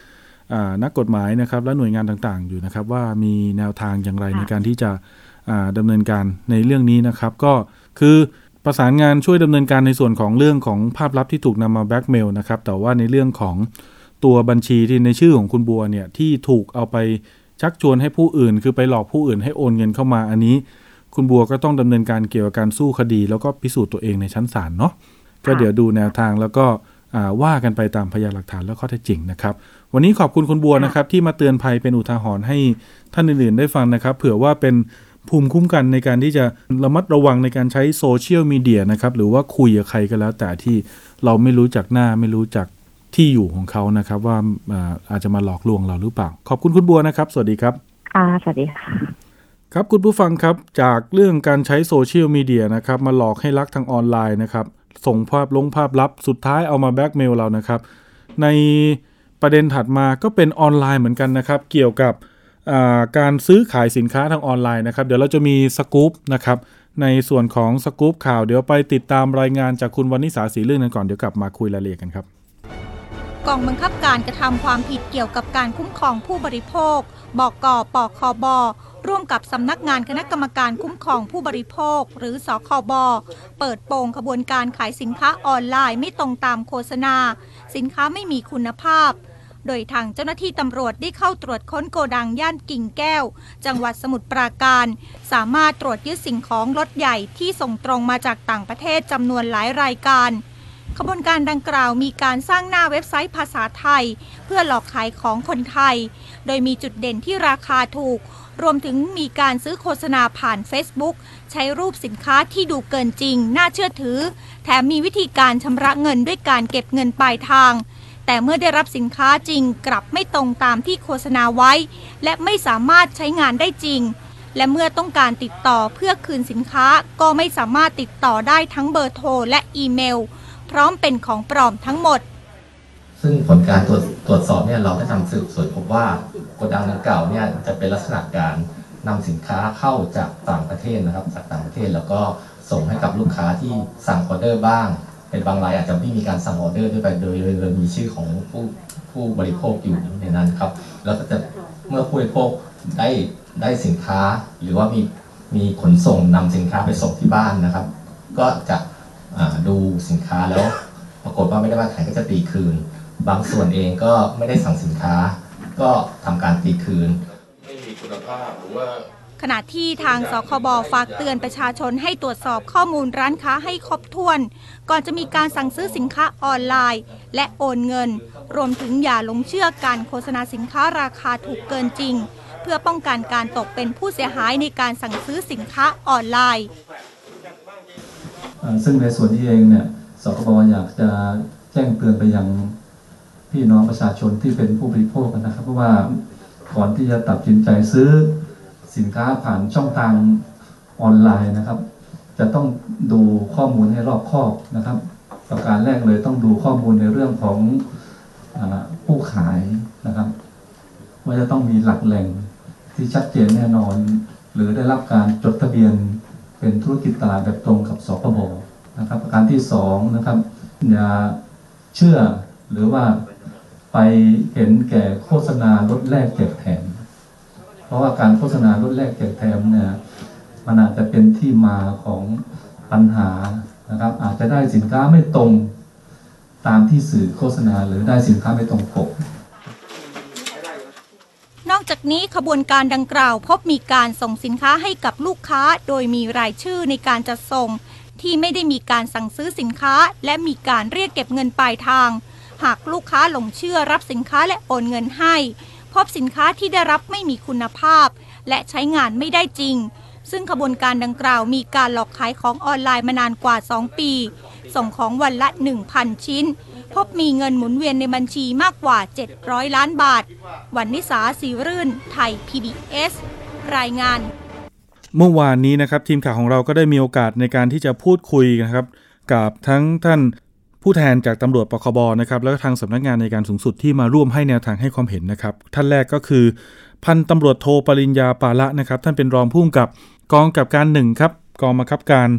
นักกฎหมายนะครับและหน่วยงานต่างๆอยู่นะครับว่ามีแนวทางอย่างไรในการที่จะดำเนินการในเรื่องนี้นะครับก็คือประสานงานช่วยดำเนินการในส่วนของเรื่องของภาพลับที่ถูกนำมาแบล็กเมลนะครับแต่ว่าในเรื่องของตัวบัญชีที่ในชื่อของคุณบัวเนี่ยที่ถูกเอาไปชักชวนให้ผู้อื่นคือไปหลอกผู้อื่นให้โอนเงินเข้ามาอันนี้คุณบัวก็ต้องดำเนินการเกี่ยวกับการสู้คดีแล้วก็พิสูจน์ตัวเองในชั้นศาลเนาะก็เดี๋ยวดูแนวทางแล้วก็ว่ากันไปตามพยานหลักฐานและข้อเท็จจริงนะครับวันนี้ขอบคุณคุณบัวนะครับที่มาเตือนภัยเป็นอุทาหรณ์ให้ท่านอื่นๆได้ฟังนะครับเผื่อว่าเป็นภูมิคุ้มกันในการที่จะระมัดระวังในการใช้โซเชียลมีเดียนะครับหรือว่าคุยกับใครก็แล้วแต่ที่เราไม่รู้จักหน้าไม่รู้จักที่อยู่ของเขานะครับว่าอาจจะมาหลอกลวงเราหรือเปล่าขอบคุณคุณบัวนะครับสวัสดีครับค่ะสวัสดีค่ะครับคุณผู้ฟังครับจากเรื่องการใช้โซเชียลมีเดียนะครับมาหลอกให้รักทางออนไลน์นะครับส่งภาพลงภาพลับสุดท้ายเอามาแบล็กเมลเรานะครับในประเด็นถัดมาก็เป็นออนไลน์เหมือนกันนะครับเกี่ยวกับการซื้อขายสินค้าทางออนไลน์นะครับเดี๋ยวเราจะมีสกู๊ปนะครับในส่วนของสกู๊ปข่าวเดี๋ยวไปติดตามรายงานจากคุณวรรณิสาศรีเรื่องนั้นก่อนเดี๋ยวกลับมาคุยรายละเอียดกันครับกองบังคับการกระทำความผิดเกี่ยวกับการคุ้มครองผู้บริโภคบก.ปคบ.ร่วมกับสำนักงานคณะกรรมการคุ้มครองผู้บริโภคหรือสคบ.เปิดโปงขบวนการขายสินค้าออนไลน์ไม่ตรงตามโฆษณาสินค้าไม่มีคุณภาพโดยทางเจ้าหน้าที่ตำรวจได้เข้าตรวจค้นโกดังย่านกิ่งแก้วจังหวัดสมุทรปราการสามารถตรวจยึดสิ่งของรถใหญ่ที่ส่งตรงมาจากต่างประเทศจำนวนหลายรายการขบวนการดังกล่าวมีการสร้างหน้าเว็บไซต์ภาษาไทยเพื่อหลอกขายของคนไทยโดยมีจุดเด่นที่ราคาถูกรวมถึงมีการซื้อโฆษณาผ่าน Facebook ใช้รูปสินค้าที่ดูเกินจริงน่าเชื่อถือแถมมีวิธีการชำระเงินด้วยการเก็บเงินปลายทางแต่เมื่อได้รับสินค้าจริงกลับไม่ตรงตามที่โฆษณาไว้และไม่สามารถใช้งานได้จริงและเมื่อต้องการติดต่อเพื่อคืนสินค้าก็ไม่สามารถติดต่อได้ทั้งเบอร์โทรและอีเมลพร้อมเป็นของปลอมทั้งหมดซึ่งผลการตรวจตรวจสอบเนี่ยเราได้ทำสืบสวนพบว่าโกดังดังกล่าวเนี่ยจะเป็นลักษณะการนำสินค้าเข้าจากต่างประเทศนะครับจากต่างประเทศแล้วก็ส่งให้กับลูกค้าที่สั่งออเดอร์บ้างเป็นบางรายอาจจะไม่มีการสั่งออเดอร์ด้วยไปโดยโดยมีชื่อของผู้ผู้บริโภคอยู่ในนั้นครับแล้วก็จะเมื่อผู้บริโภคได้ได้สินค้าหรือว่ามีมีขนส่งนำสินค้าไปส่งที่บ้านนะครับก็จะดูสินค้าแล้วปรากฏว่าไม่ได้มาขายก็จะตีคืนบางส่วนเองก็ไม่ได้สั่งสินค้าก็ทำการตีคืนไม่มีคุณภาพหรือว่าขณะที่ทางสคบ.ฝากเตือนประชาชนให้ตรวจสอบข้อมูลร้านค้าให้ครบถ้วนก่อนจะมีการสั่งซื้อสินค้าออนไลน์และโอนเงินรวมถึงอย่าหลงเชื่อการโฆษณาสินค้าราคาถูกเกินจริงเพื่อป้องกันการตกเป็นผู้เสียหายในการสั่งซื้อสินค้าออนไลน์ซึ่งในส่วนนี้เองเนี่ยสคบ.อยากจะแจ้งเตือนไปยังพี่น้องประชาชนที่เป็นผู้บริโภคนะครับเพราะว่าก่อนที่จะตัดสินใจซื้อสินค้าผ่านช่องทางออนไลน์นะครับจะต้องดูข้อมูลให้รอบคอบนะครับประการแรกเลยต้องดูข้อมูลในเรื่องของผู้ขายนะครับว่าจะต้องมีหลักแหล่งที่ชัดเจนแน่นอนหรือได้รับการจดทะเบียนเป็นธุรกิจตลาดแบบตรงกับสคบ.นะครับประการที่สองนะครับอย่าเชื่อหรือว่าไปเห็นแก่โฆษณาลดแลกแจกแถมเพราะว่าการโฆษณาลดแลกแจกแถมเนี่ยมันอาจจะเป็นที่มาของปัญหานะครับอาจจะได้สินค้าไม่ตรงตามที่สื่อโฆษณาหรือได้สินค้าไม่ตรงปกนอกจากนี้ขบวนการดังกล่าวพบมีการส่งสินค้าให้กับลูกค้าโดยมีรายชื่อในการจัดส่งที่ไม่ได้มีการสั่งซื้อสินค้าและมีการเรียกเก็บเงินปลายทางหากลูกค้าหลงเชื่อรับสินค้าและโอนเงินให้พบสินค้าที่ได้รับไม่มีคุณภาพและใช้งานไม่ได้จริงซึ่งขบวนการดังกล่าวมีการหลอกขายของออนไลน์มานานกว่าสองปีส่งของวันละ หนึ่งพัน ชิ้นพบมีเงินหมุนเวียนในบัญชีมากกว่าเจ็ดร้อยล้านบาทวรรณิสา ศรีรื่นไทย พี บี เอส รายงานเมื่อวานนี้นะครับทีมข่าวของเราก็ได้มีโอกาสในการที่จะพูดคุยนะครับกับทั้งท่านผู้แทนจากตำรวจปคบ.นะครับแล้วก็ทางสำนักงานในการสูงสุดที่มาร่วมให้แนวทางให้ความเห็นนะครับท่านแรกก็คือพันตำรวจโทปริญญาปาละนะครับท่านเป็นรองผู้กำกับกองกำกับการหนึ่งครับกองบังคับการ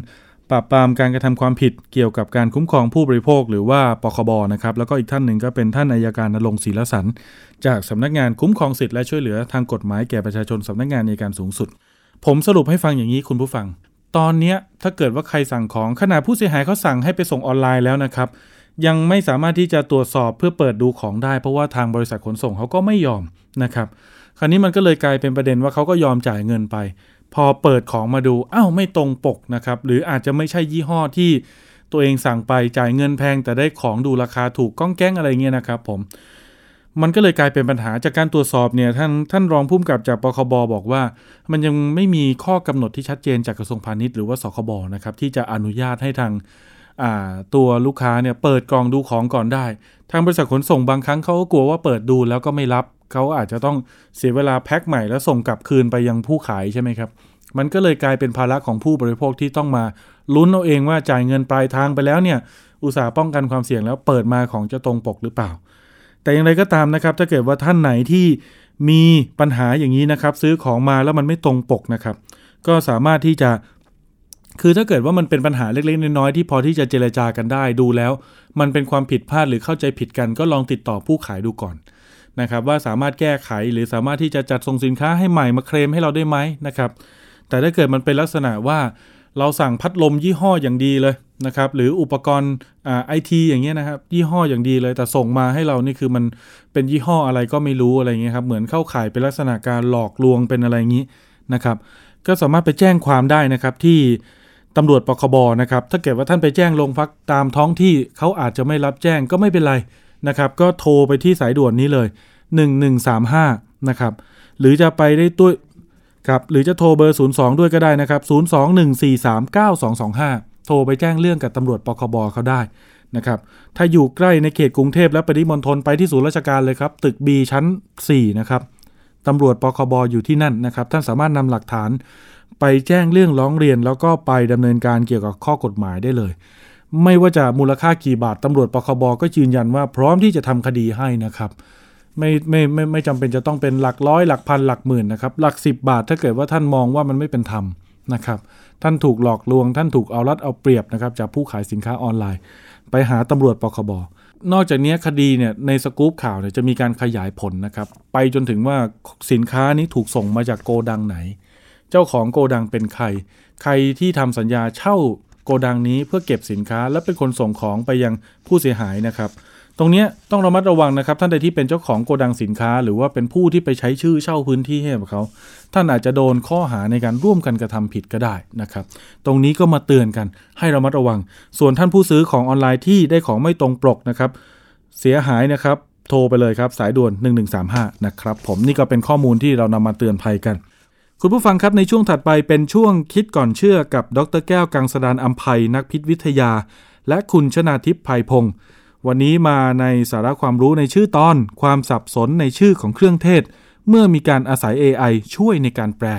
ปราบปรามการกระทำความผิดเกี่ยวกับการคุ้มครองผู้บริโภคหรือว่าปคบนะครับแล้วก็อีกท่านหนึ่งก็เป็นท่านอัยการณรงค์ ศรีละสันจากสำนักงานคุ้มครองสิทธิและช่วยเหลือทางกฎหมายแก่ประชาชนสำนักงานอัยการสูงสุดผมสรุปให้ฟังอย่างนี้คุณผู้ฟังตอนนี้ถ้าเกิดว่าใครสั่งของขณะผู้เสียหายเขาสั่งให้ไปส่งออนไลน์แล้วนะครับยังไม่สามารถที่จะตรวจสอบเพื่อเปิดดูของได้เพราะว่าทางบริษัทขนส่งเขาก็ไม่ยอมนะครับคราวนี้มันก็เลยกลายเป็นประเด็นว่าเขาก็ยอมจ่ายเงินไปพอเปิดของมาดูอ้าวไม่ตรงปกนะครับหรืออาจจะไม่ใช่ยี่ห้อที่ตัวเองสั่งไปจ่ายเงินแพงแต่ได้ของดูราคาถูกก้องแก้งอะไรเงี้ยนะครับผมมันก็เลยกลายเป็นปัญหาจากการตรวจสอบเนี่ยท่านท่านรองผู้กำกับจากปคบบอกว่ามันยังไม่มีข้อกำหนดที่ชัดเจนจากกระทรวงพาณิชย์หรือว่าสคบนะครับที่จะอนุญาตให้ทางอ่าตัวลูกค้าเนี่ยเปิดกล่องดูของก่อนได้ทางบริษัทขนส่งบางครั้งเขาก็กลัวว่าเปิดดูแล้วก็ไม่รับเขาอาจจะต้องเสียเวลาแพ็คใหม่แล้วส่งกลับคืนไปยังผู้ขายใช่ไหมครับมันก็เลยกลายเป็นภาระของผู้บริโภคที่ต้องมาลุ้นเอาเองว่าจ่ายเงินปลายทางไปแล้วเนี่ยอุตสาห์ป้องกันความเสี่ยงแล้วเปิดมาของจะตรงปกหรือเปล่าแต่อย่างไรก็ตามนะครับถ้าเกิดว่าท่านไหนที่มีปัญหาอย่างนี้นะครับซื้อของมาแล้วมันไม่ตรงปกนะครับก็สามารถที่จะคือถ้าเกิดว่ามันเป็นปัญหาเล็กๆน้อยๆที่พอที่จะเจรจากันได้ดูแล้วมันเป็นความผิดพลาดหรือเข้าใจผิดกันก็ลองติดต่อผู้ขายดูก่อนนะครับว่าสามารถแก้ไขหรือสามารถที่จะจัดส่งสินค้าให้ใหม่มาเคลมให้เราได้ไหมนะครับแต่ถ้าเกิดมันเป็นลักษณะว่าเราสั่งพัดลมยี่ห้ออย่างดีเลยนะครับหรืออุปกรณ์อ่า ไอ ที อย่างเงี้ยนะครับยี่ห้ออย่างดีเลยแต่ส่งมาให้เรานี่คือมันเป็นยี่ห้ออะไรก็ไม่รู้อะไรเงี้ยครับเหมือนเข้าข่ายเป็นลักษณะการหลอกลวงเป็นอะไรอย่างงี้นะครับก็สามารถไปแจ้งความได้นะครับที่ตำรวจปคบนะครับถ้าเกิดว่าท่านไปแจ้งโรงพักตามท้องที่เขาอาจจะไม่รับแจ้งก็ไม่เป็นไรนะครับก็โทรไปที่สายด่วนนี้เลยหนึ่งหนึ่งสามห้านะครับหรือจะไปได้ด้วยครับหรือจะโทรเบอร์ศูนย์สองด้วยก็ได้นะครับศูนย์ สอง หนึ่ง สี่ สาม เก้า สอง สอง ห้าโทรไปแจ้งเรื่องกับตำรวจปคบเขาได้นะครับถ้าอยู่ใกล้ในเขตกรุงเทพและปริมณฑลไปที่ศูนย์ราชการเลยครับตึก B ชั้นสี่นะครับตำรวจปคบอยู่ที่นั่นนะครับท่านสามารถนำหลักฐานไปแจ้งเรื่องร้องเรียนแล้วก็ไปดำเนินการเกี่ยวกับข้อกฎหมายได้เลยไม่ว่าจะมูลค่ากี่บาทตำรวจปคบก็ยืนยันว่าพร้อมที่จะทำคดีให้นะครับไม่ไม่ไม่ไม่จำเป็นจะต้องเป็นหลักร้อยหลักพันหลักหมื่นนะครับหลักสิบบาทถ้าเกิดว่าท่านมองว่ามันไม่เป็นธรรมนะครับท่านถูกหลอกลวงท่านถูกเอารัดเอาเปรียบนะครับจากผู้ขายสินค้าออนไลน์ไปหาตำรวจปคบนอกจากนี้คดีเนี่ยในสกู๊ปข่าวเนี่ยจะมีการขยายผลนะครับไปจนถึงว่าสินค้านี้ถูกส่งมาจากโกดังไหนเจ้าของโกดังเป็นใครใครที่ทำสัญญาเช่าโกดังนี้เพื่อเก็บสินค้าและเป็นคนส่งของไปยังผู้เสียหายนะครับตรงนี้ต้องระมัดระวังนะครับท่านใดที่เป็นเจ้าของโกดังสินค้าหรือว่าเป็นผู้ที่ไปใช้ชื่อเช่าพื้นที่ให้กับเขาท่านอาจจะโดนข้อหาในการร่วมกันกระทำผิดก็ได้นะครับตรงนี้ก็มาเตือนกันให้ระมัดระวังส่วนท่านผู้ซื้อของออนไลน์ที่ได้ของไม่ตรงปกนะครับเสียหายนะครับโทรไปเลยครับสายด่วนหนึ่งหนึ่งสามห้านะครับผมนี่ก็เป็นข้อมูลที่เรานำมาเตือนภัยกันคุณผู้ฟังครับในช่วงถัดไปเป็นช่วงคิดก่อนเชื่อกับดร.แก้วกังสดาลอำไพนักพิษวิทยาและคุณชนาทิพย์ไพพงศ์วันนี้มาในสาระความรู้ในชื่อตอนความสับสนในชื่อของเครื่องเทศเมื่อมีการอาศัย เอ ไอ ช่วยในการแปล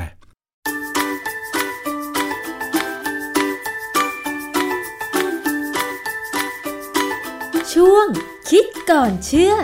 ช่วงคิดก่อนเชื่อ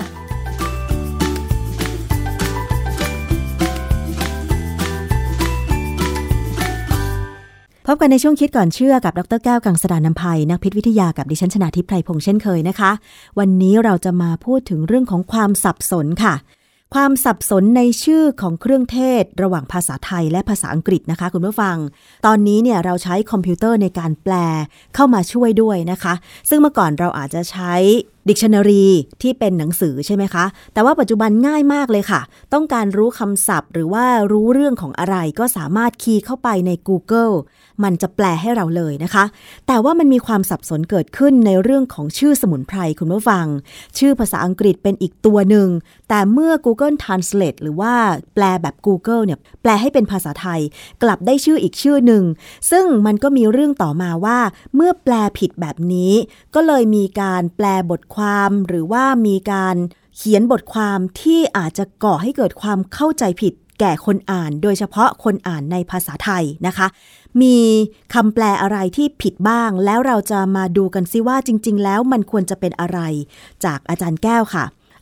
พบกันในช่วงคิดก่อนเชื่อกับดร.แก้วกังสดาลอำไพนักพิษวิทยากับดิฉันชนาทิพย์ไพพงษ์เช่นเคยนะคะวันนี้เราจะมาพูดถึงเรื่องของความสับสนค่ะความสับสนในชื่อของเครื่องเทศระหว่างภาษาไทยและภาษาอังกฤษนะคะคุณผู้ฟังตอนนี้เนี่ยเราใช้คอมพิวเตอร์ในการแปลเข้ามาช่วยด้วยนะคะซึ่งเมื่อก่อนเราอาจจะใช้ Dictionary ที่เป็นหนังสือใช่ไหมคะแต่ว่าปัจจุบันง่ายมากเลยค่ะต้องการรู้คำศัพท์หรือว่ารู้เรื่องของอะไรก็สามารถคีย์เข้าไปใน Google มันจะแปลให้เราเลยนะคะแต่ว่ามันมีความสับสนเกิดขึ้นในเรื่องของชื่อสมุนไพรคุณผู้ฟังชื่อภาษาอังกฤษเป็นอีกตัวหนึ่งแต่เมื่อ Google Translate หรือว่าแปลแบบ Google เนี่ยแปลให้เป็นภาษาไทยกลับได้ชื่ออีกชื่อหนึ่งซึ่งมันก็มีเรื่องต่อมาว่าเมื่อแปลผิดแบบนี้ก็เลยมีการแปลบทความหรือว่ามีการเขียนบทความที่อาจจะก่อให้เกิดความเข้าใจผิดแก่คนอ่านโดยเฉพาะคนอ่านในภาษาไทยนะคะมีคำแปลอะไรที่ผิดบ้างแล้วเราจะมาดูกันซิว่าจริงๆแล้วมันควรจะเป็นอะไรจากอาจารย์แก้วค่ะ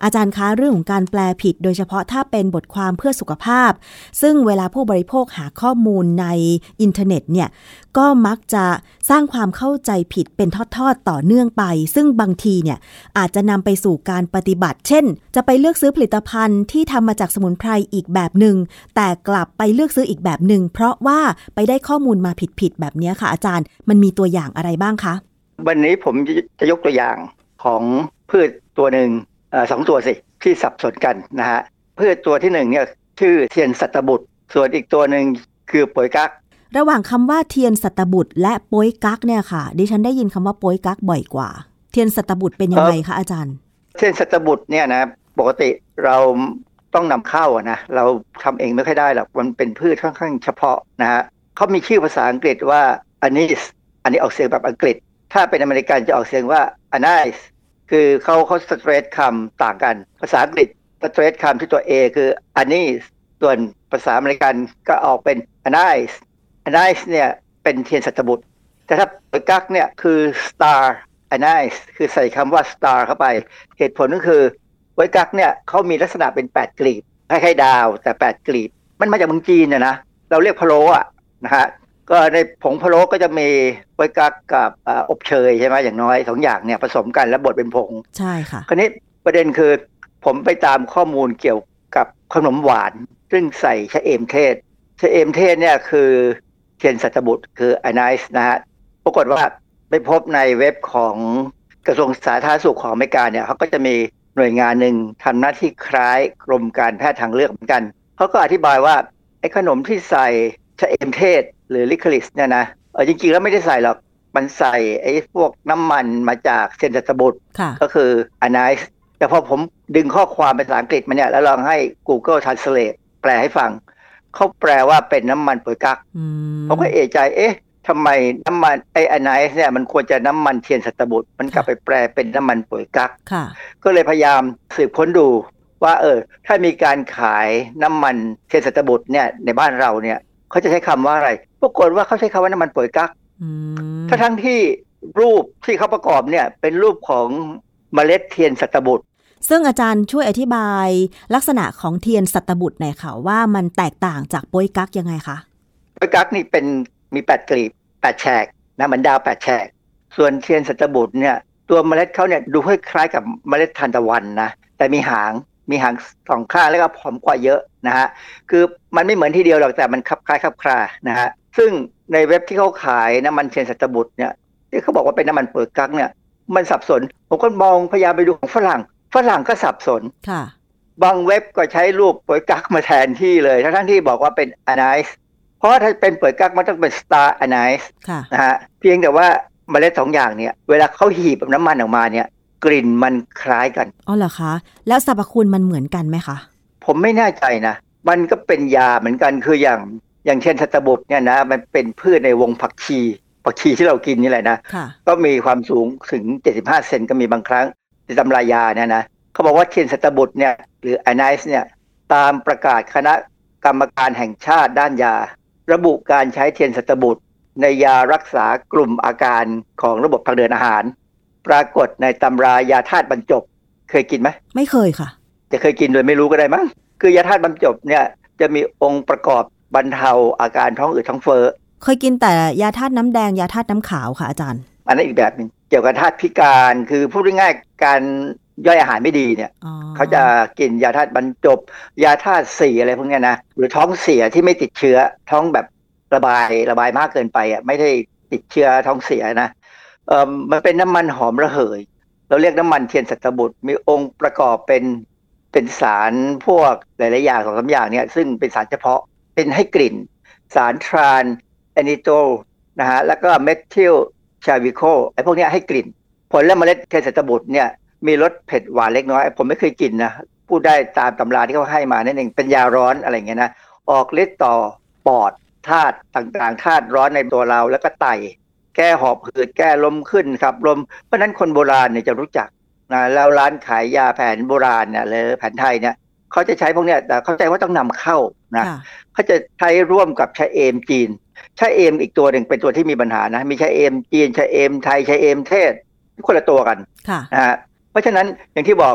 อาจารย์คะเรื่องของการแปลผิดโดยเฉพาะถ้าเป็นบทความเพื่อสุขภาพซึ่งเวลาผู้บริโภคหาข้อมูลในอินเทอร์เน็ตเนี่ยก็มักจะสร้างความเข้าใจผิดเป็นทอดๆต่อเนื่องไปซึ่งบางทีเนี่ยอาจจะนำไปสู่การปฏิบัติเช่นจะไปเลือกซื้อผลิตภัณฑ์ที่ทำมาจากสมุนไพรอีกแบบหนึ่งแต่กลับไปเลือกซื้ออีกแบบหนึ่งเพราะว่าไปได้ข้อมูลมาผิดๆแบบนี้ค่ะอาจารย์มันมีตัวอย่างอะไรบ้างคะวันนี้ผมจะยกตัวอย่างของพืชตัวหนึ่งเอ่อสองตัวสิที่สับสนกันนะฮะพืชตัวที่หนึ่งเนี่ยชื่อเทียนสัตบุตรส่วนอีกตัวหนึ่งคือโปยกั๊กระหว่างคำว่าเทียนสัตบุตรและโปยกั๊กเนี่ยค่ะดิฉันได้ยินคำว่าโปยกั๊กบ่อยกว่าเทียนสัตบุตรเป็นยังไงคะอาจารย์เทียนสัตบุตรเนี่ยนะปกติเราต้องนำเข้าอะนะเราทำเองไม่ค่อยได้หรอกมันเป็นพืชค่อนข้างเฉพาะนะฮะเขามีชื่อภาษาอังกฤษว่า anise อันนี้ออกเสียงแบบอังกฤษถ้าเป็นอเมริกันจะออกเสียงว่า anise คือเขาเขาสเตรทคำต่างกันภาษาอังกฤษสเตรทคำที่ตัว A คือ anise ส่วนภาษาอเมริกันก็ออกเป็น anise anise เนี่ยเป็นเทียนสัตบุตรแต่ถ้าโปยกั๊กเนี่ยคือ star anise คือใส่คำว่า star เข้าไปเหตุผลก็คือโปยกั๊กเนี่ยเขามีลักษณะเป็นแปดกลีบคล้ายๆดาวแต่แปดกลีบมันมาจากเมืองจีนนะนะเราเรียกพะโล้อะนะฮะก็ในผงพะโล้ก็จะมีโปยกั๊กกับอบเชยใช่ไหมอย่างน้อยสองอย่างเนี่ยผสมกันแล้วบดเป็นผงใช่ค่ะคราวนี้ประเด็นคือผมไปตามข้อมูลเกี่ยวกับขนมหวานซึ่งใส่ชะเอมเทศชะเอมเทศเนี่ยคือเทียนสัตบุตรคือ anise นะฮะปรากฏว่าไปพบในเว็บของกระทรวงสาธารณสุขของอเมริกาเนี่ยเขาก็จะมีหน่วยงานหนึ่งทำหน้าที่คล้ายกรมการแพทย์ทางเลือกเหมือนกันเขาก็อธิบายว่าไอ้ขนมที่ใส่ชะเอมเทศหรือลิคลิสเนี่ยนะเออจริงๆแล้วไม่ได้ใส่หรอกมันใส่ไอ้พวกน้ำมันมาจากเทียนสัตบุตรก็คือ anise แต่พอผมดึงข้อความเป็นภาษาอังกฤษมาเนี่ยแล้วลองให้ Google Translate แปลให้ฟังเขาแปลว่าเป็นน้ำมันโปยกั๊กผมก็เอะใจเอ๊ะทำไมน้ำมันไอ้ anise เนี่ยมันควรจะน้ำมันเทียนสัตบุตรมันกลับไปแปลเป็นน้ำมันโปยกั๊กก็เลยพยายามสืบค้นดูว่าเออถ้ามีการขายน้ำมันเทียนสัตบุตรเนี่ยในบ้านเราเนี่ยเขาจะใช้คำว่าอะไรปรากฏว่าเขาใช้คำว่าน้ำมันโปยกั๊กถ้าทั้งที่รูปที่เขาประกอบเนี่ยเป็นรูปของเมล็ดเทียนสัตบุตรซึ่งอาจารย์ช่วยอธิบายลักษณะของเทียนสัตบุตรหน่อยค่ะว่ามันแตกต่างจากโปยกั๊กยังไงคะโปยกั๊กนี่เป็นมีแปดกลีบแปดแฉกนะเหมือนดาวแปดแฉกส่วนเทียนสัตบุตรเนี่ยตัวเมล็ดเขาเนี่ยดูคล้ายๆกับเมล็ดทานตะวันนะแต่มีหางมีหางสองข้างแล้วก็ผอมกว่าเยอะนะฮะคือมันไม่เหมือนทีเดียวหรอกแต่มันคลับคล้ายคลับคลานะฮะซึ่งในเว็บที่เขาขายน้ำมันเทียนสัตบุตรเนี่ยที่เขาบอกว่าเป็นน้ำมันโปยกั๊กเนี่ยมันสับสนผมก็มองพยายามไปดูของฝรั่งฝรั่งก็สับสนค่ะบางเว็บก็ใช้รูปโปยกั๊กมาแทนที่เลยทั้งที่บอกว่าเป็น anise เพราะถ้าเป็นโปยกั๊กมันต้องเป็น star anise นะฮะเพียงแต่ว่าเมล็ดสองอย่างเนี่ยเวลาเขาหีบน้ำมันออกมาเนี่ยกลิ่นมันคล้ายกันอ๋อเหรอคะแล้วสรรพคุณมันเหมือนกันไหมคะผมไม่แน่ใจนะมันก็เป็นยาเหมือนกันคืออย่างอย่างเช่นสัตบุตรเนี่ยนะมันเป็นพืชในวงผักชีผักชีที่เรากินนี่แหละนะก็มีความสูงถึงเจ็ดสิบห้าเซนก็มีบางครั้งในตำรายาเนี่ยนะเขาบอกว่าเทียนสัตบุตรเนี่ยหรือ anise เนี่ยตามประกาศคณะกรรมการแห่งชาติด้านยาระบุการใช้เทียนสัตบุตรในยารักษากลุ่มอาการของระบบทางเดินอาหารปรากฏในตำรายาธาตุบรรจบเคยกินไหมไม่เคยค่ะจะเคยกินโดยไม่รู้ก็ได้มั้งคือยาธาตุบรรจบเนี่ยจะมีองค์ประกอบบรรเทาอาการท้องอืดท้องเฟ้อเคยกินแต่ยาธาตุน้ำแดงยาธาตุน้ำขาวค่ะอาจารย์อันนั้นอีกแบบนึงเกี่ยวกับธาตุพิการคือพูดง่ายๆการย่อยอาหารไม่ดีเนี่ยเขาจะกินยาธาตุบรรจบยาธาตุสี่อะไรพวกนี้นะหรือท้องเสียที่ไม่ติดเชื้อท้องแบบระบายระบายมากเกินไปอ่ะไม่ได้ติดเชื้อท้องเสียนะเอ่อมันเป็นน้ำมันหอมระเหยเราเรียกน้ำมันเทียนสัตบุตรมีองค์ประกอบเป็นเป็นสารพวกหลายๆอย่างสองสามอย่างเนี่ยซึ่งเป็นสารเฉพาะเป็นให้กลิ่นสารทรานแอนิโตลนะฮะแล้วก็เมทิลชาวิโคไอ้พวกนี้ให้กลิ่นผลและเมล็ดเทียนสัตบุตรเนี่ยมีรสเผ็ดหวานเล็กน้อยผมไม่เคยกินนะพูดได้ตามตำราที่เขาให้มานั่นเองเป็นยาร้อนอะไรอย่างเงี้ยนะออกฤทธิ์ต่อปอดธาตุต่างๆธาตุร้อนในตัวเราแล้วก็ไตแก้หอบหืดแก้ลมขึ้นครับลมเพราะนั้นคนโบราณเนี่ยจะรู้จักนะแล้วร้านขายยาแผนโบราณเนี่ยหรือแผนไทยเนี่ยเขาจะใช้พวกเนี้ยแต่เข้าใจว่าต้องนำเข้านะเขาจะใช้ร่วมกับชะเอมจีนชะเอมอีกตัวหนึ่งเป็นตัวที่มีปัญหานะมีชะเอมจีนชะเอมไทยชะเอมเทศคนละตัวกันนะฮะเพราะฉะนั้นอย่างที่บอกอะ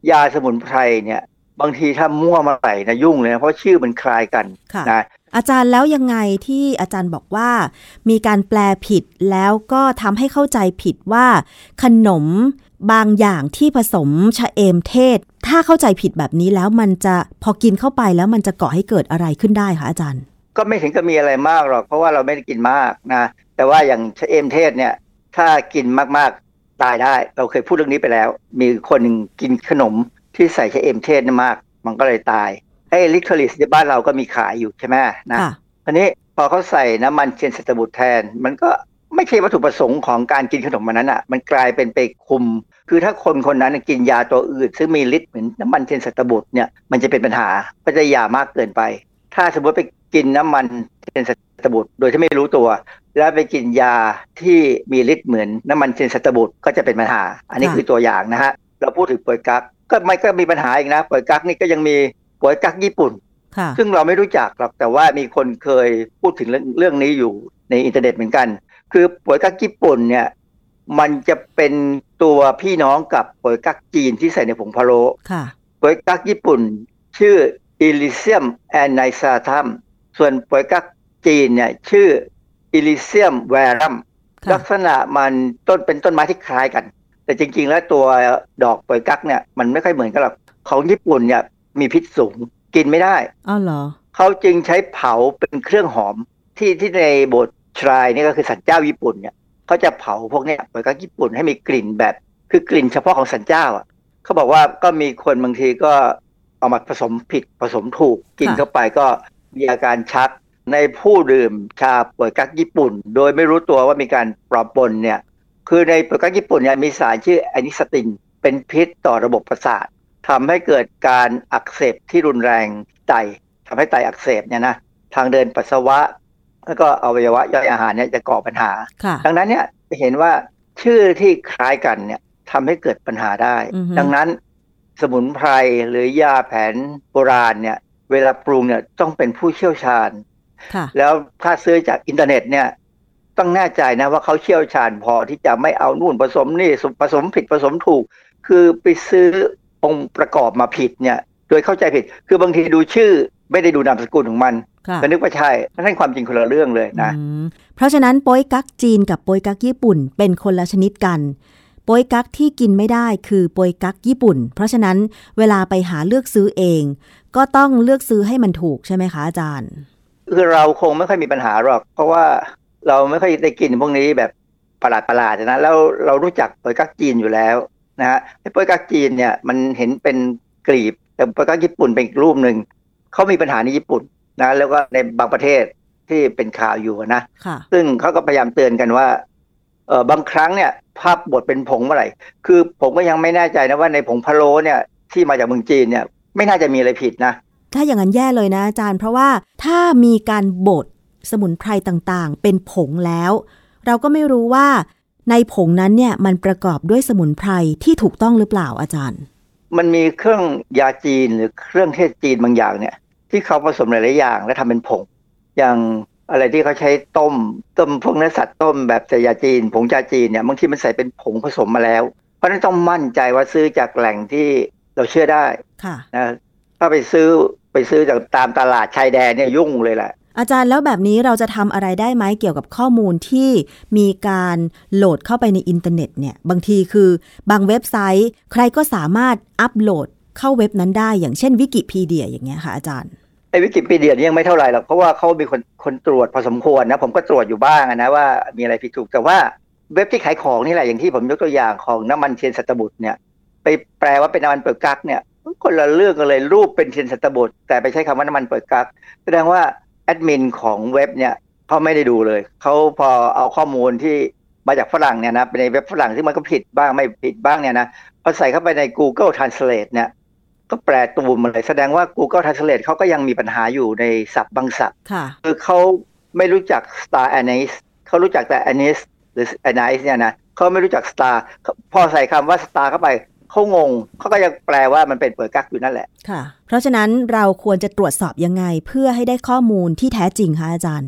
ยาสมุนไพรเนี่ยบางทีถ้ามั่วมาใส่นะยุ่งเลยนะเพราะชื่อมันคล้ายกันนะอาจารย์แล้วยังไงที่อาจารย์บอกว่ามีการแปลผิดแล้วก็ทำให้เข้าใจผิดว่าขนมบางอย่างที่ผสมชะเอมเทศถ้าเข้าใจผิดแบบนี้แล้วมันจะพอกินเข้าไปแล้วมันจะก่อให้เกิดอะไรขึ้นได้คะอาจารย์ก็ไม่ถึงกับมีอะไรมากหรอกเพราะว่าเราไม่ได้กินมากนะแต่ว่าอย่างชะเอมเทศเนี่ยถ้ากินมากๆตายได้เราเคยพูดเรื่องนี้ไปแล้วมีคนหนึ่งกินขนมที่ใส่ชะเอมเทศมากมันก็เลยตายไอ้ลิคอริสในบ้านเราก็มีขายอยู่ใช่ไหมนะอันนี้พอเขาใส่น้ำมันเทียนสัตบุตรแทนมันก็ไม่ใช่วัตถุประสงค์ของการกินขนมมันนั้นอ่ะมันกลายเป็นไปคุมคือถ้าคนคนนั้นกินยาตัวอื่นซึ่งมีฤทธิ์เหมือนน้ำมันเทียนสัตบุตรเนี่ยมันจะเป็นปัญหาก็จะยามากเกินไปถ้าสมมติไปกินน้ำมันเทียนสัตบุตรโดยที่ไม่รู้ตัวแล้วไปกินยาที่มีฤทธิ์เหมือนน้ำมันเทียนสัตบุตรก็จะเป็นปัญหาอันนี้คือตัวอย่างนะฮะเราพูดถึงป่วยกั๊กก็ไม่ก็มีปัญหาอีกนะป่วยกั๊กนี่ก็ยังมีป่วยกั๊กญี่ปุ่นซึ่งเราไม่รู้จักหรอกแต่ว่ามีคนเคยพูดถึงเรื่องเรื่องนี้อยู่ในอินเทอร์เน็ตเหมือนกันคือป่วยกั๊กญี่ปุ่นเนี่ยมันจะเป็นตัวพี่น้องกับป่วยกั๊กจีนที่ใส่ในผงพะโล้ป่วยกั๊กญี่ปุ่นชื่อ Illicium anisatum ส่วนป่วยกั๊กจีนเนี่ยชื่อ Illicium verum ลักษณะมันต้นเป็นต้นไม้ที่คล้ายกันแต่จริงๆแล้วตัวดอกป่วยกั๊กเนี่ยมันไม่ค่อยเหมือนกันหรอกของญี่ปุ่นเนี่ยมีพิษสูงกินไม่ได้อ้าวเหรอเขาจึงใช้เผาเป็นเครื่องหอมที่ที่ในโบสถ์ชรายนี่ก็คือสันเจ้าญี่ปุ่นเนี่ยเขาจะเผาพวกนี้ป่วยกั๊กญี่ปุ่นให้มีกลิ่นแบบคือกลิ่นเฉพาะของสันเจ้าอ่ะเขาบอกว่าก็มีคนบางทีก็เอามาผสมผิดผสมถูกกินเข้าไปก็มีอาการชักในผู้ดื่มชาป่วยกั๊กญี่ปุ่นโดยไม่รู้ตัวว่ามีการปลอมปนเนี่ยคือในป่วยกั๊กญี่ปุ่นเนี่ยมีสารชื่อแอนิสตินเป็นพิษต่อระบบประสาททำให้เกิดการอักเสบที่รุนแรงไตทำให้ไตอักเสบเนี่ยนะทางเดินปัสสาวะแล้วก็อวัยวะย่อยอาหารเนี่ยจะก่อปัญหาดังนั้นเนี่ยจะเห็นว่าชื่อที่คล้ายกันเนี่ยทำให้เกิดปัญหาได้ดังนั้นสมุนไพรหรือยาแผนโบราณเนี่ยเวลาปรุงเนี่ยต้องเป็นผู้เชี่ยวชาญแล้วถ้าซื้อจากอินเทอร์เน็ตเนี่ยต้องแน่ใจนะว่าเขาเชี่ยวชาญพอที่จะไม่เอานู่นผสมนี่ผสมผิดผสมถูกคือไปซื้อองค์ประกอบมาผิดเนี่ยโดยเข้าใจผิดคือบางทีดูชื่อไม่ได้ดูนามสกุลของมันก็นึกว่าใช่นั่นความจริงคนละเรื่องเลยนะเพราะฉะนั้นโป๊ยกั๊กจีนกับโป๊ยกั๊กญี่ปุ่นเป็นคนละชนิดกันโป๊ยกั๊กที่กินไม่ได้คือโป๊ยกั๊กญี่ปุ่นเพราะฉะนั้นเวลาไปหาเลือกซื้อเองก็ต้องเลือกซื้อให้มันถูกใช่ไหมคะอาจารย์คือเราคงไม่ค่อยมีปัญหาหรอกเพราะว่าเราไม่ค่อยได้กินพวกนี้แบบประหลาดๆนะแล้วเรารู้จักโป๊ยกั๊กจีนอยู่แล้วนะฮะไอ้โป๊ยกั๊กจีนเนี่ยมันเห็นเป็นกลีบแต่โป๊ยกั๊กญี่ปุ่นเป็นอีกรูปหนึ่งเขามีปัญหาในญี่ปุ่นนะแล้วก็ในบางประเทศที่เป็นข่าวอยู่นะซึ่งเขาก็พยายามเตือนกันว่าเออบางครั้งเนี่ยภาพบดเป็นผงเมื่อไหร่คือผมก็ยังไม่แน่ใจนะว่าในผงพะโล้เนี่ยที่มาจากเมืองจีนเนี่ยไม่น่าจะมีอะไรผิดนะถ้าอย่างนั้นแย่เลยนะอาจารย์เพราะว่าถ้ามีการบดสมุนไพรต่างๆเป็นผงแล้วเราก็ไม่รู้ว่าในผงนั้นเนี่ยมันประกอบด้วยสมุนไพรที่ถูกต้องหรือเปล่าอาจารย์มันมีเครื่องยาจีนหรือเครื่องเทศจีนบางอย่างเนี่ยที่เขาผสมหลายๆอย่างแล้วทำเป็นผงอย่างอะไรที่เขาใช้ต้มต้มพวกเนื้อสัตว์ต้มแบบใส่ยาจีนผงยาจีนเนี่ยบางทีมันใส่เป็นผงผสมมาแล้วเพราะฉะนั้นต้องมั่นใจว่าซื้อจากแหล่งที่เราเชื่อได้นะถ้าไปซื้อไปซื้อจากตามตลาดชายแดนเนี่ยยุ่งเลยแหละอาจารย์แล้วแบบนี้เราจะทำอะไรได้ไหมเกี่ยวกับข้อมูลที่มีการโหลดเข้าไปในอินเทอร์เน็ตเนี่ยบางทีคือบางเว็บไซต์ใครก็สามารถอัปโหลดเข้าเว็บนั้นได้อย่างเช่นวิกิพีเดียอย่างเงี้ยค่ะอาจารย์ไอ้วิกิพีเดียนี่ยังไม่เท่าไหร่หรอกเพราะว่าเขามีคนคนตรวจพอสมควรนะผมก็ตรวจอยู่บ้างนะว่ามีอะไรผิดถูกแต่ว่าเว็บที่ขายของนี่แหละอย่างที่ผมยกตัวอย่างของน้ำมันเทียนสัตบุตรเนี่ยไปแปลว่าเป็นน้ำมันเปลือกกั๊กเนี่ยคนละเรื่องกันเลยรูปเป็นเทียนสัตบุตรแต่ไปใช้คำว่าน้ำมันเปลือกกั๊กแสดงว่าแอดมินของเว็บเนี่ยเขาไม่ได้ดูเลยเขาพอเอาข้อมูลที่มาจากฝรั่งเนี่ยนะในเว็บฝรั่งที่มันก็ผิดบ้างไม่ผิดบ้างเนี่ยนะพอใส่เข้าไปใน Google Translate เนี่ยก็แปลตูมมาเลยแสดงว่า Google Translate เขาก็ยังมีปัญหาอยู่ในศัพท์บางศัพท์คือเขาไม่รู้จัก star anise เขารู้จักแต่ anise หรือ anise เนี่ยนะเขาไม่รู้จัก star พอใส่คำว่า star เข้าไปเขางงเขาก็ยังแปลว่ามันเป็นเปลือกกั๊กอยู่นั่นแหละค่ะเพราะฉะนั้นเราควรจะตรวจสอบยังไงเพื่อให้ได้ข้อมูลที่แท้จริงคะอาจารย์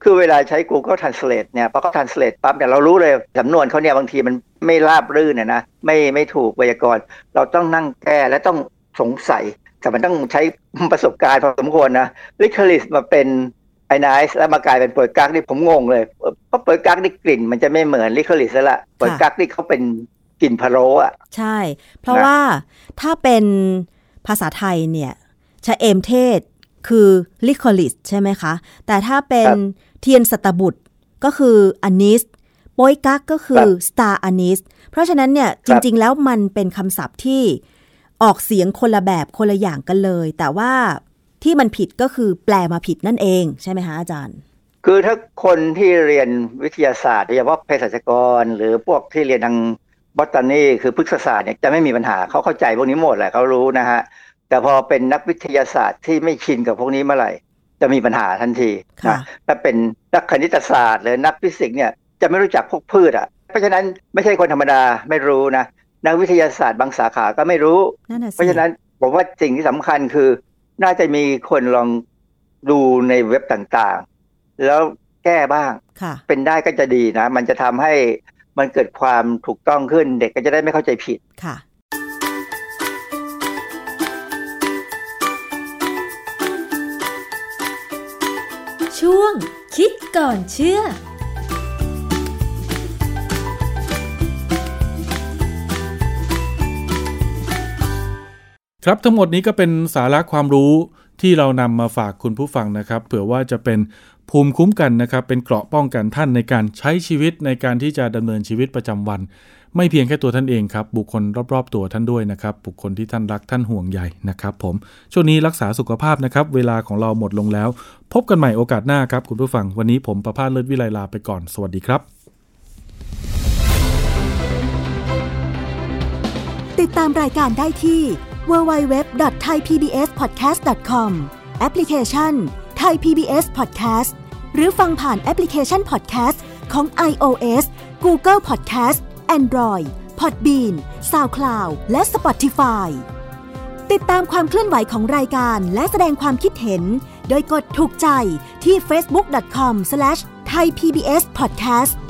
คือเวลาใช้ Google Translate เนี่ยพอเขา translate ปั๊บเนี่ยเรารู้เลยสำนวนเขาเนี่ยบางทีมันไม่ราบรื่นนะนะไม่ไม่ถูกไวยากรณ์เราต้องนั่งแก้และต้องสงสัยแต่มันต้องใช้ประสบการณ์พอสมควรนะ licorice มาเป็นไอไนซ์แล้วมากลายเป็นเปิดกั๊กนี่ผมงงเลยเพราะเปิดกั๊กนี่กลิ่นมันจะไม่เหมือน licorice แล้วล่ะเปิดกั๊กนี่เขาเป็นกลิ่นพะโล้อ่ะใช่เพราะว่าถ้าเป็นภาษาไทยเนี่ยชะเอมเทศคือลิคอลิสใช่ไหมคะแต่ถ้าเป็นเทียนสัตบุตรก็คืออานิสโป้ยกั๊กก็คือสตาร์อานิสเพราะฉะนั้นเนี่ยจริงๆแล้วมันเป็นคำศัพท์ที่ออกเสียงคนละแบบคนละอย่างกันเลยแต่ว่าที่มันผิดก็คือแปลมาผิดนั่นเองใช่ไหมคะอาจารย์คือถ้าคนที่เรียนวิทยาศาสตร์โดยเฉพาะเภสัชกรหรือพวกที่เรียนทางบอทานีคือพฤกษศาสตร์เนี่ยจะไม่มีปัญหาเขาเข้าใจพวกนี้หมดแหละเขารู้นะฮะแต่พอเป็นนักวิทยาศาสตร์ที่ไม่ชินกับพวกนี้เมื่อไหร่จะมีปัญหาทันทีนะถ้าเป็นนักคณิตศาสตร์หรือนักฟิสิกส์เนี่ยจะไม่รู้จักพวกพืชอ่ะเพราะฉะนั้นไม่ใช่คนธรรมดาไม่รู้นะนักวิทยาศาสตร์บางสาขาก็ไม่รู้เพราะฉะนั้นผมว่าสิ่งที่สำคัญคือน่าจะมีคนลองดูในเว็บต่างๆแล้วแก้บ้างเป็นได้ก็จะดีนะมันจะทำให้มันเกิดความถูกต้องขึ้นเด็กก็จะได้ไม่เข้าใจผิดค่ะช่วงคิดก่อนเชื่อครับทั้งหมดนี้ก็เป็นสาระความรู้ที่เรานำมาฝากคุณผู้ฟังนะครับเผื่อว่าจะเป็นภูมิคุ้มกันนะครับเป็นเกราะป้องกันท่านในการใช้ชีวิตในการที่จะดำเนินชีวิตประจำวันไม่เพียงแค่ตัวท่านเองครับบุคคลรอบๆตัวท่านด้วยนะครับบุคคลที่ท่านรักท่านห่วงใยนะครับผมช่วงนี้รักษาสุขภาพนะครับเวลาของเราหมดลงแล้วพบกันใหม่โอกาสหน้าครับคุณผู้ฟังวันนี้ผมประภาสเลิศวิไลลาไปก่อนสวัสดีครับติดตามรายการได้ที่ ดับเบิลยู ดับเบิลยู ดับเบิลยู ดอท ไทย พี บี เอส พอดแคสต์ ดอท คอม แอปพลิเคชัน Thai พี บี เอส Podcast หรือฟังผ่านแอปพลิเคชัน Podcast ของ iOS Google Podcast Android Podbean SoundCloud และ Spotify ติดตามความเคลื่อนไหวของรายการและแสดงความคิดเห็นโดยกดถูกใจที่ เฟซบุ๊ก ดอท คอม สแลช ไทย พี บี เอส พอดแคสต์